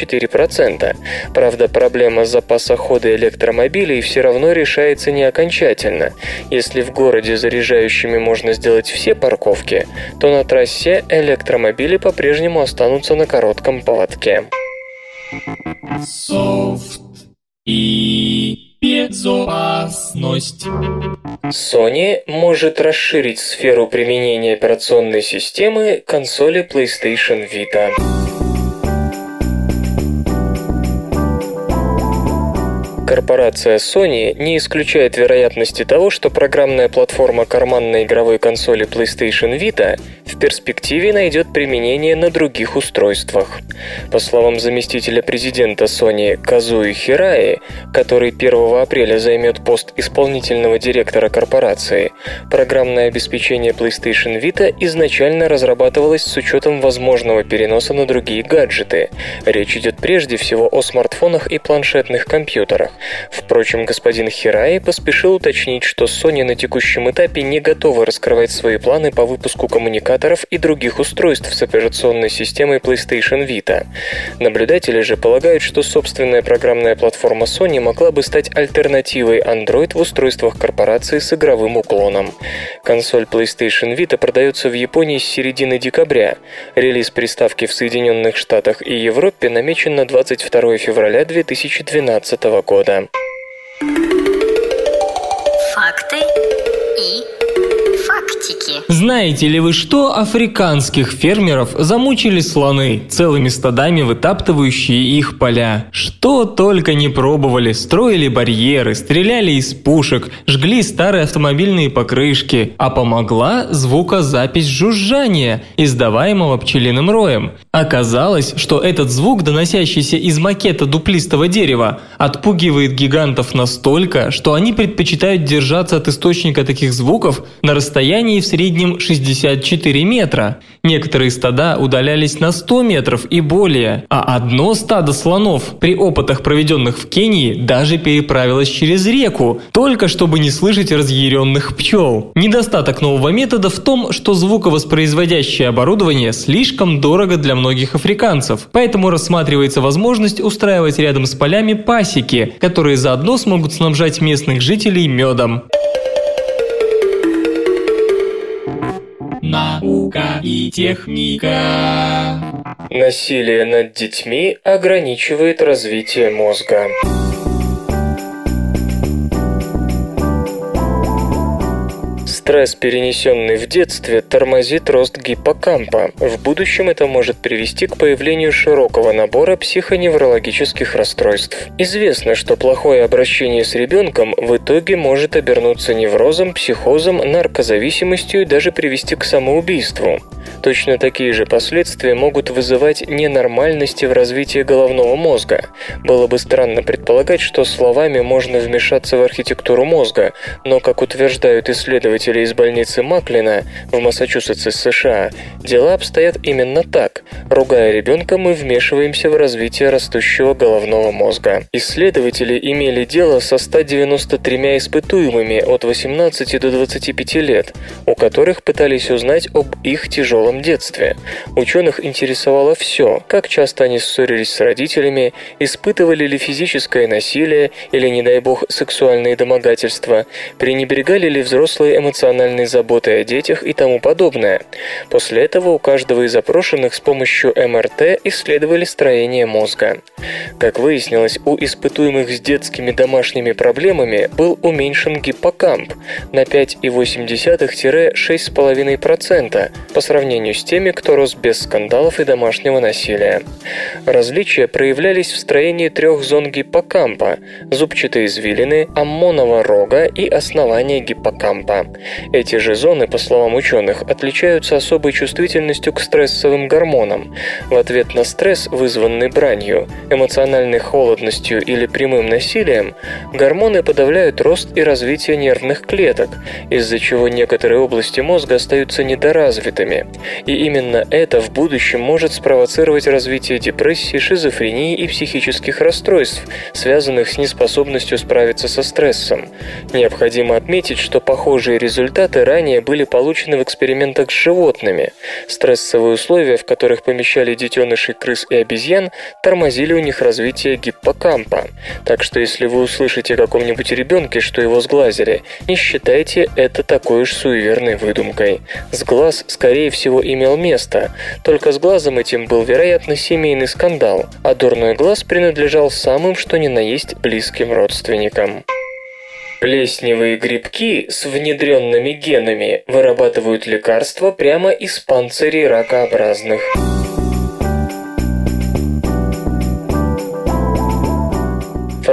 94%. Правда, проблема запаса хода электромобилей все равно решается не окончательно. Если в городе заряжающими можно сделать все парковки, то на трассе электромобили по-прежнему останутся на коротком поводке. Софт и безопасность. Sony может расширить сферу применения операционной системы консоли PlayStation Vita. Корпорация Sony не исключает вероятности того, что программная платформа карманной игровой консоли PlayStation Vita в перспективе найдет применение на других устройствах. По словам заместителя президента Sony Казуи Хираи, который 1 апреля займет пост исполнительного директора корпорации, программное обеспечение PlayStation Vita изначально разрабатывалось с учетом возможного переноса на другие гаджеты. Речь идет прежде всего о смартфонах и планшетных компьютерах. Впрочем, господин Хираи поспешил уточнить, что Sony на текущем этапе не готова раскрывать свои планы по выпуску коммуникаторов и других устройств с операционной системой PlayStation Vita. Наблюдатели же полагают, что собственная программная платформа Sony могла бы стать альтернативой Android в устройствах корпорации с игровым уклоном. Консоль PlayStation Vita продается в Японии с середины декабря. Релиз приставки в Соединенных Штатах и Европе намечен на 22 февраля 2012 года. Факты и фактики. Знаете ли вы, что африканских фермеров замучили слоны, целыми стадами вытаптывающие их поля? Что только не пробовали: строили барьеры, стреляли из пушек, жгли старые автомобильные покрышки, а помогла звукозапись жужжания, издаваемого пчелиным роем. Оказалось, что этот звук, доносящийся из макета дуплистого дерева, отпугивает гигантов настолько, что они предпочитают держаться от источника таких звуков на расстоянии в среднем 64 метра. Некоторые стада удалялись на 100 метров и более, а одно стадо слонов при опытах, проведенных в Кении, даже переправилось через реку, только чтобы не слышать разъяренных пчел. Недостаток нового метода в том, что звуковоспроизводящее оборудование слишком дорого для многих африканцев, поэтому рассматривается возможность устраивать рядом с полями пасеки, которые заодно смогут снабжать местных жителей медом. Наука и техника. Насилие над детьми ограничивает развитие мозга. Стресс, перенесенный в детстве, тормозит рост гиппокампа. В будущем это может привести к появлению широкого набора психоневрологических расстройств. Известно, что плохое обращение с ребенком в итоге может обернуться неврозом, психозом, наркозависимостью и даже привести к самоубийству. Точно такие же последствия могут вызывать ненормальности в развитии головного мозга. Было бы странно предполагать, что словами можно вмешаться в архитектуру мозга, но, как утверждают исследователи из больницы Маклина в Массачусетсе, США, дела обстоят именно так. Ругая ребенка, мы вмешиваемся в развитие растущего головного мозга. Исследователи имели дело со 193 испытуемыми от 18 до 25 лет, у которых пытались узнать об их тяжелом детстве. Ученых интересовало все: как часто они ссорились с родителями, испытывали ли физическое насилие или, не дай бог, сексуальные домогательства, пренебрегали ли взрослые эмоциональной заботой о детях и тому подобное. После этого у каждого из опрошенных с помощью МРТ исследовали строение мозга. Как выяснилось, у испытуемых с детскими домашними проблемами был уменьшен гиппокамп на 5,8-6,5% по сравнению с теми, кто рос без скандалов и домашнего насилия. Различия проявлялись в строении 3 зон гиппокампа – зубчатой извилины, аммонова рога и основания гиппокампа. Эти же зоны, по словам ученых, отличаются особой чувствительностью к стрессовым гормонам. В ответ на стресс, вызванный бранью, эмоциональной холодностью или прямым насилием, гормоны подавляют рост и развитие нервных клеток, из-за чего некоторые области мозга остаются недоразвитыми. И именно это в будущем может спровоцировать развитие депрессии, шизофрении и психических расстройств, связанных с неспособностью справиться со стрессом. Необходимо отметить, что похожие результаты ранее были получены в экспериментах с животными. Стрессовые условия, в которых помещали детенышей крыс и обезьян, тормозили у них развитие гиппокампа. Так что если вы услышите о каком-нибудь ребенке, что его сглазили, не считайте это такой уж суеверной выдумкой. Сглаз, скорее всего, имел место, только с глазом этим был, вероятно, семейный скандал, а дурной глаз принадлежал самым что ни на есть близким родственникам. Плесневые грибки с внедренными генами вырабатывают лекарства прямо из панцирей ракообразных.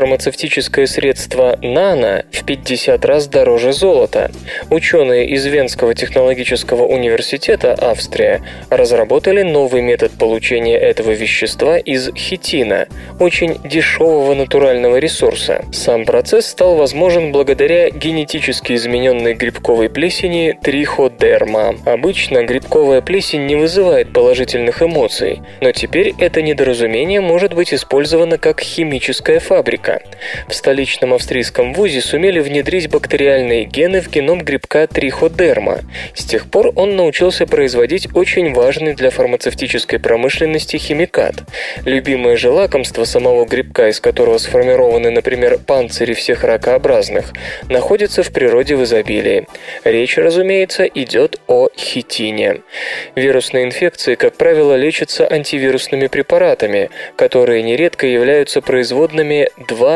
Фармацевтическое средство «Нано» в 50 раз дороже золота. Ученые из Венского технологического университета, Австрия, разработали новый метод получения этого вещества из хитина, очень дешевого натурального ресурса. Сам процесс стал возможен благодаря генетически измененной грибковой плесени триходерма. Обычно грибковая плесень не вызывает положительных эмоций, но теперь это недоразумение может быть использовано как химическая фабрика. В столичном австрийском вузе сумели внедрить бактериальные гены в геном грибка триходерма. С тех пор он научился производить очень важный для фармацевтической промышленности химикат. Любимое же лакомство самого грибка, из которого сформированы, например, панцири всех ракообразных, находится в природе в изобилии. Речь, разумеется, идет о хитине. Вирусные инфекции, как правило, лечатся антивирусными препаратами, которые нередко являются производными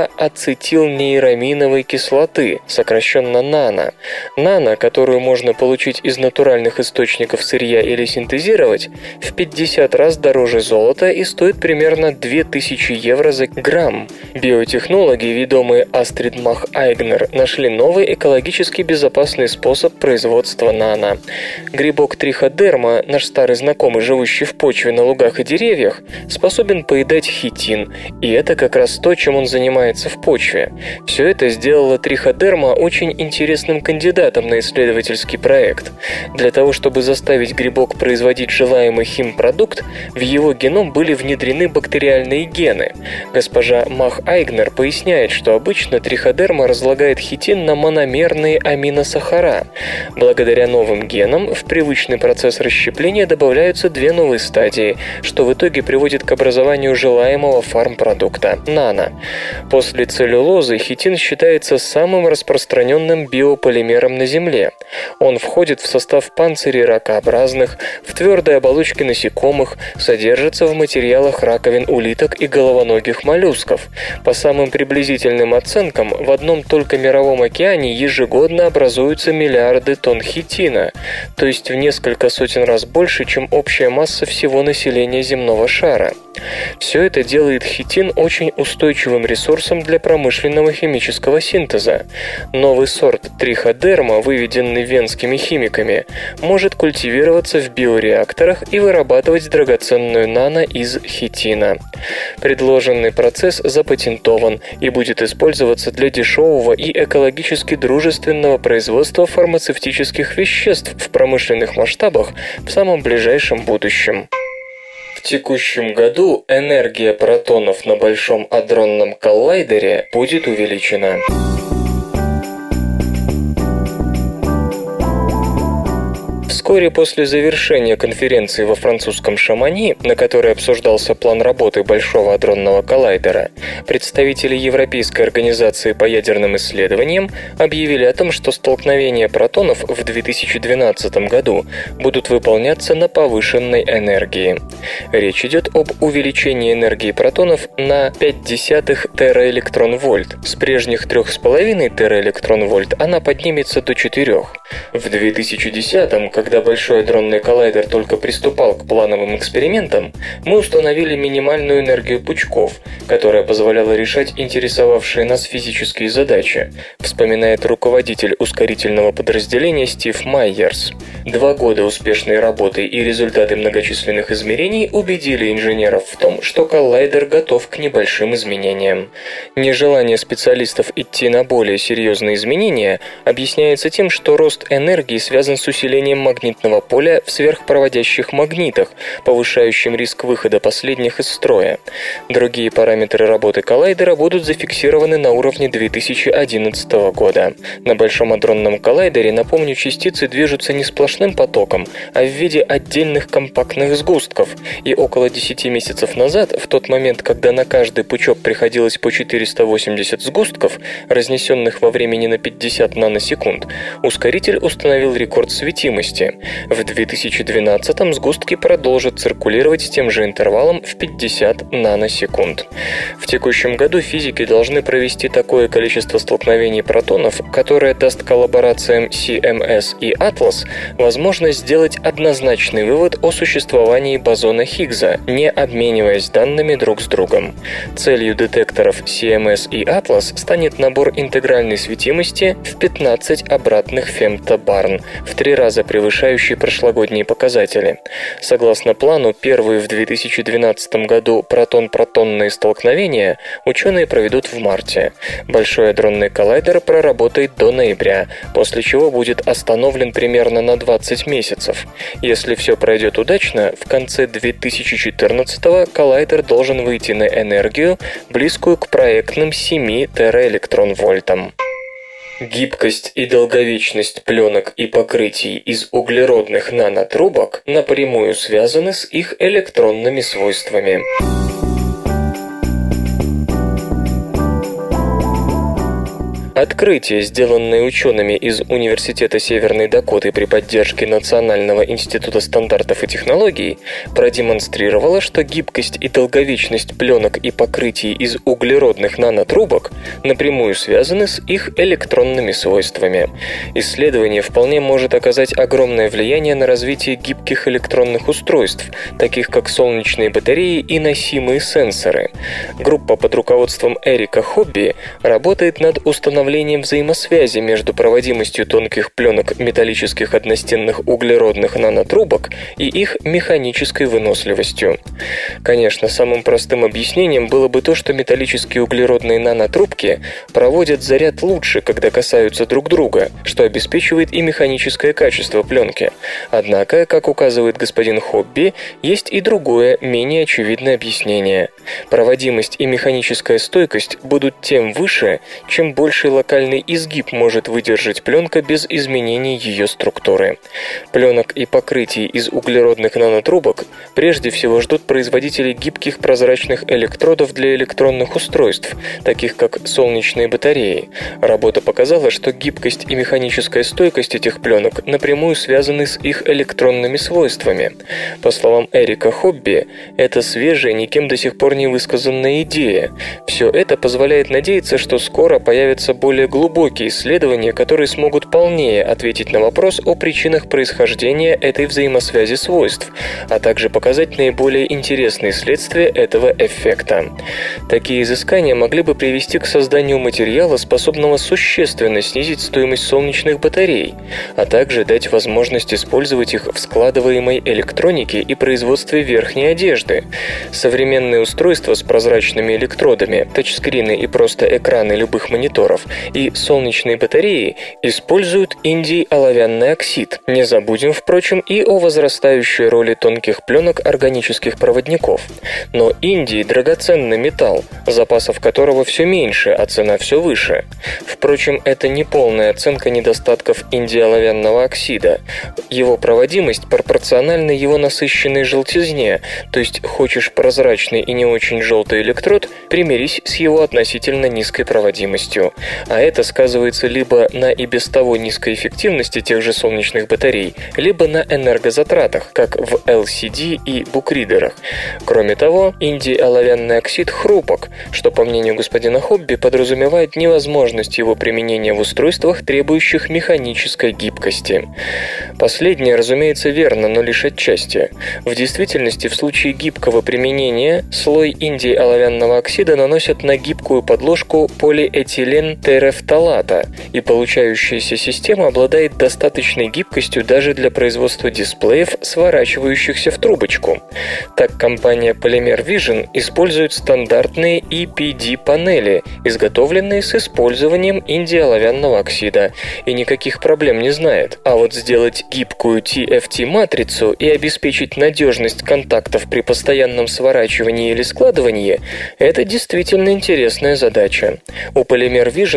2-ацетилнейраминовой кислоты, сокращенно НАНО. НАНО, которую можно получить из натуральных источников сырья или синтезировать, в 50 раз дороже золота и стоит примерно 2000 евро за грамм. Биотехнологи, ведомые Астрид Мах-Айгнер, нашли новый экологически безопасный способ производства НАНО. Грибок триходерма, наш старый знакомый, живущий в почве, на лугах и деревьях, способен поедать хитин, и это как раз то, чем он занимается в почве. Все это сделало триходерма очень интересным кандидатом на исследовательский проект. Для того, чтобы заставить грибок производить желаемый химпродукт, в его геном были внедрены бактериальные гены. Госпожа Мах-Айгнер поясняет, что обычно триходерма разлагает хитин на мономерные аминосахара. Благодаря новым генам в привычный процесс расщепления добавляются две новые стадии, что в итоге приводит к образованию желаемого фармпродукта – нано. После целлюлозы хитин считается самым распространенным биополимером на Земле. Он входит в состав панцирей ракообразных, в твердой оболочке насекомых, содержится в материалах раковин улиток и головоногих моллюсков. По самым приблизительным оценкам, в одном только мировом океане ежегодно образуются миллиарды тонн хитина, то есть в несколько сотен раз больше, чем общая масса всего населения земного шара. Все это делает хитин очень устойчивым ресурсом для промышленного химического синтеза. Новый сорт триходерма, выведенный венскими химиками, может культивироваться в биореакторах и вырабатывать драгоценную нано из хитина. Предложенный процесс запатентован и будет использоваться для дешевого и экологически дружественного производства фармацевтических веществ в промышленных масштабах в самом ближайшем будущем. В текущем году энергия протонов на Большом адронном коллайдере будет увеличена. Вскоре после завершения конференции во французском Шамани, на которой обсуждался план работы Большого адронного коллайдера, представители Европейской организации по ядерным исследованиям объявили о том, что столкновения протонов в 2012 году будут выполняться на повышенной энергии. Речь идет об увеличении энергии протонов на 0,5 тераэлектрон-вольт. С прежних 3,5 тераэлектрон-вольт она поднимется до 4. В 2010-м, когда Большой адронный коллайдер только приступал к плановым экспериментам, мы установили минимальную энергию пучков, которая позволяла решать интересовавшие нас физические задачи, вспоминает руководитель ускорительного подразделения Стив Майерс. 2 года успешной работы и результаты многочисленных измерений убедили инженеров в том, что коллайдер готов к небольшим изменениям. Нежелание специалистов идти на более серьезные изменения объясняется тем, что рост энергии связан с усилением магнитного поля в сверхпроводящих магнитах, повышающим риск выхода последних из строя. Другие параметры работы коллайдера будут зафиксированы на уровне 2011 года. На Большом адронном коллайдере, напомню, частицы движутся не сплошным потоком, а в виде отдельных компактных сгустков, и около 10 месяцев назад, в тот момент, когда на каждый пучок приходилось по 480 сгустков, разнесенных во времени на 50 наносекунд, ускоритель установил рекорд светимости. секунды. В 2012-м сгустки продолжат циркулировать с тем же интервалом в 50 наносекунд. В текущем году физики должны провести такое количество столкновений протонов, которое даст коллаборациям CMS и Atlas возможность сделать однозначный вывод о существовании бозона Хиггса, не обмениваясь данными друг с другом. Целью детекторов CMS и Atlas станет набор интегральной светимости в 15 обратных фемтобарн, в 3 раза превышающий прошлогодние показатели. Согласно плану, первые в 2012 году протон-протонные столкновения ученые проведут в марте. Большой адронный коллайдер проработает до ноября, после чего будет остановлен примерно на 20 месяцев. Если все пройдет удачно, в конце 2014-го коллайдер должен выйти на энергию, близкую к проектным 7 тераэлектронвольтам. Гибкость и долговечность пленок и покрытий из углеродных нанотрубок напрямую связаны с их электронными свойствами. Открытие, сделанное учеными из Университета Северной Дакоты при поддержке Национального института стандартов и технологий, продемонстрировало, что гибкость и долговечность пленок и покрытий из углеродных нанотрубок напрямую связаны с их электронными свойствами. Исследование вполне может оказать огромное влияние на развитие гибких электронных устройств, таких как солнечные батареи и носимые сенсоры. Группа под руководством Эрика Хобби работает над установлением взаимосвязи между проводимостью тонких пленок металлических одностенных углеродных нанотрубок и их механической выносливостью. Конечно, самым простым объяснением было бы то, что металлические углеродные нанотрубки проводят заряд лучше, когда касаются друг друга, что обеспечивает и механическое качество пленки. Однако, как указывает господин Хобби, есть и другое, менее очевидное объяснение. Проводимость и механическая стойкость будут тем выше, чем больше локальный изгиб может выдержать пленка без изменений ее структуры. Пленок и покрытий из углеродных нанотрубок прежде всего ждут производители гибких прозрачных электродов для электронных устройств, таких как солнечные батареи. Работа показала, что гибкость и механическая стойкость этих пленок напрямую связаны с их электронными свойствами. По словам Эрика Хобби, это свежая, никем до сих пор не высказанная идея. Все это позволяет надеяться, что скоро появятся более глубокие исследования, которые смогут полнее ответить на вопрос о причинах происхождения этой взаимосвязи свойств, а также показать наиболее интересные следствия этого эффекта. Такие изыскания могли бы привести к созданию материала, способного существенно снизить стоимость солнечных батарей, а также дать возможность использовать их в складываемой электронике и производстве верхней одежды. Современные устройства с прозрачными электродами, тачскрины и просто экраны любых мониторов и солнечные батареи используют индий-оловянный оксид. Не забудем, впрочем, и о возрастающей роли тонких пленок органических проводников. Но индий – драгоценный металл, запасов которого все меньше, а цена все выше. Впрочем, это не полная оценка недостатков индий-оловянного оксида. Его проводимость пропорциональна его насыщенной желтизне, то есть хочешь прозрачный и не очень желтый электрод, примирись с его относительно низкой проводимостью. А это сказывается либо на и без того низкой эффективности тех же солнечных батарей, либо на энергозатратах, как в LCD и букридерах. Кроме того, индий-оловянный оксид хрупок, что, по мнению господина Хобби, подразумевает невозможность его применения в устройствах, требующих механической гибкости. Последнее, разумеется, верно, но лишь отчасти. В действительности, в случае гибкого применения, слой индий-оловянного оксида наносят на гибкую подложку полиэтилен терефталата, и получающаяся система обладает достаточной гибкостью даже для производства дисплеев, сворачивающихся в трубочку. Так, компания Polymer Vision использует стандартные EPD-панели, изготовленные с использованием индий-оловянного оксида, и никаких проблем не знает. А вот сделать гибкую TFT-матрицу и обеспечить надежность контактов при постоянном сворачивании или складывании – это действительно интересная задача. У Polymer Vision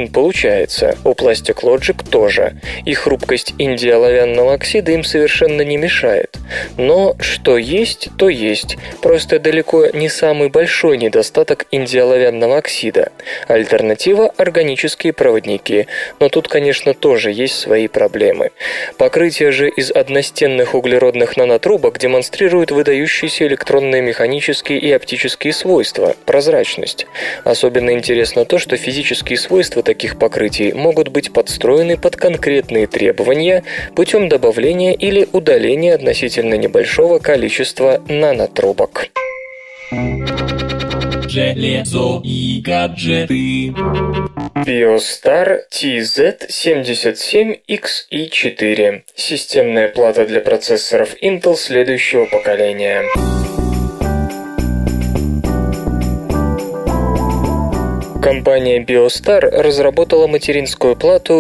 тюнинг получается, у Plastic Logic тоже, и хрупкость индиоловянного оксида им совершенно не мешает. Но что есть, то есть, просто далеко не самый большой недостаток индиоловянного оксида. Альтернатива – органические проводники, но тут, конечно, тоже есть свои проблемы. Покрытие же из одностенных углеродных нанотрубок демонстрирует выдающиеся электронные, механические и оптические свойства, прозрачность. Особенно интересно то, что физические свойства таких покрытий могут быть подстроены под конкретные требования путем добавления или удаления относительно небольшого количества нанотрубок. Железо и гаджеты. Biostar TZ77XE4. Системная плата для процессоров Intel следующего поколения. Компания Biostar разработала материнскую плату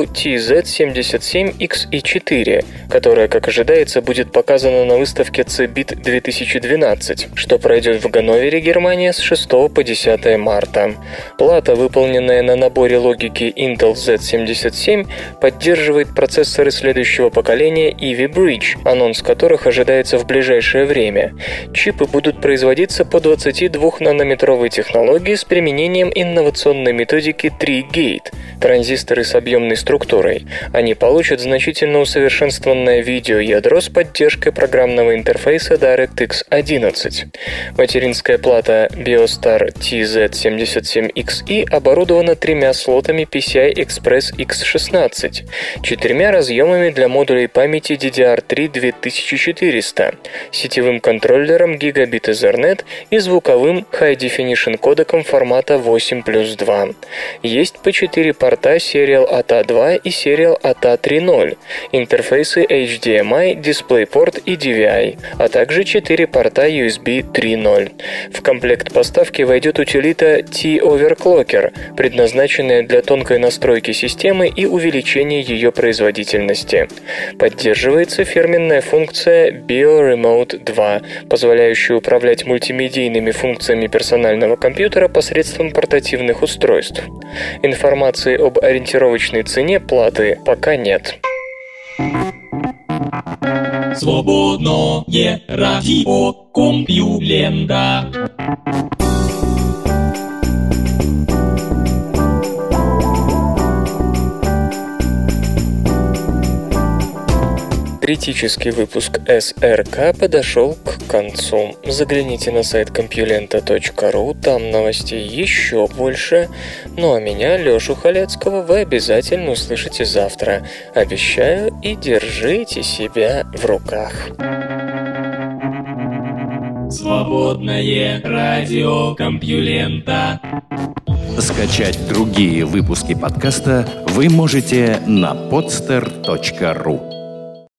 TZ77XE4, которая, как ожидается, будет показана на выставке CeBIT 2012, что пройдет в Ганновере, Германия, с 6 по 10 марта. Плата, выполненная на наборе логики Intel Z77, поддерживает процессоры следующего поколения Ivy Bridge, анонс которых ожидается в ближайшее время. Чипы будут производиться по 22-нанометровой технологии с применением инновационной методики 3-Gate, транзисторы с объемной структурой. Они получат значительно усовершенствованное видеоядро с поддержкой программного интерфейса DirectX 11. Материнская плата Biostar TZ77XE оборудована 3 слотами PCI Express X16, 4 разъемами для модулей памяти DDR3 2400, сетевым контроллером Gigabit Ethernet и звуковым High Definition кодеком формата 8+2. Есть по 4 порта Serial ATA 2 и Serial ATA 3.0, интерфейсы HDMI, DisplayPort и DVI, а также 4 порта USB 3.0. В комплект поставки войдет утилита T-Overclocker, предназначенная для тонкой настройки системы и увеличения ее производительности. Поддерживается фирменная функция BioRemote 2, позволяющая управлять мультимедийными функциями персонального компьютера посредством портативных устройств. Информации об ориентировочной цене платы пока нет. Свободное радио Компьюлента. Критический выпуск СРК подошел к концу. Загляните на сайт compulenta.ru, там новостей еще больше. Ну а меня, Лешу Халецкого, вы обязательно услышите завтра. Обещаю, и держите себя в руках. Свободное радио Компьюлента. Скачать другие выпуски подкаста вы можете на podster.ru.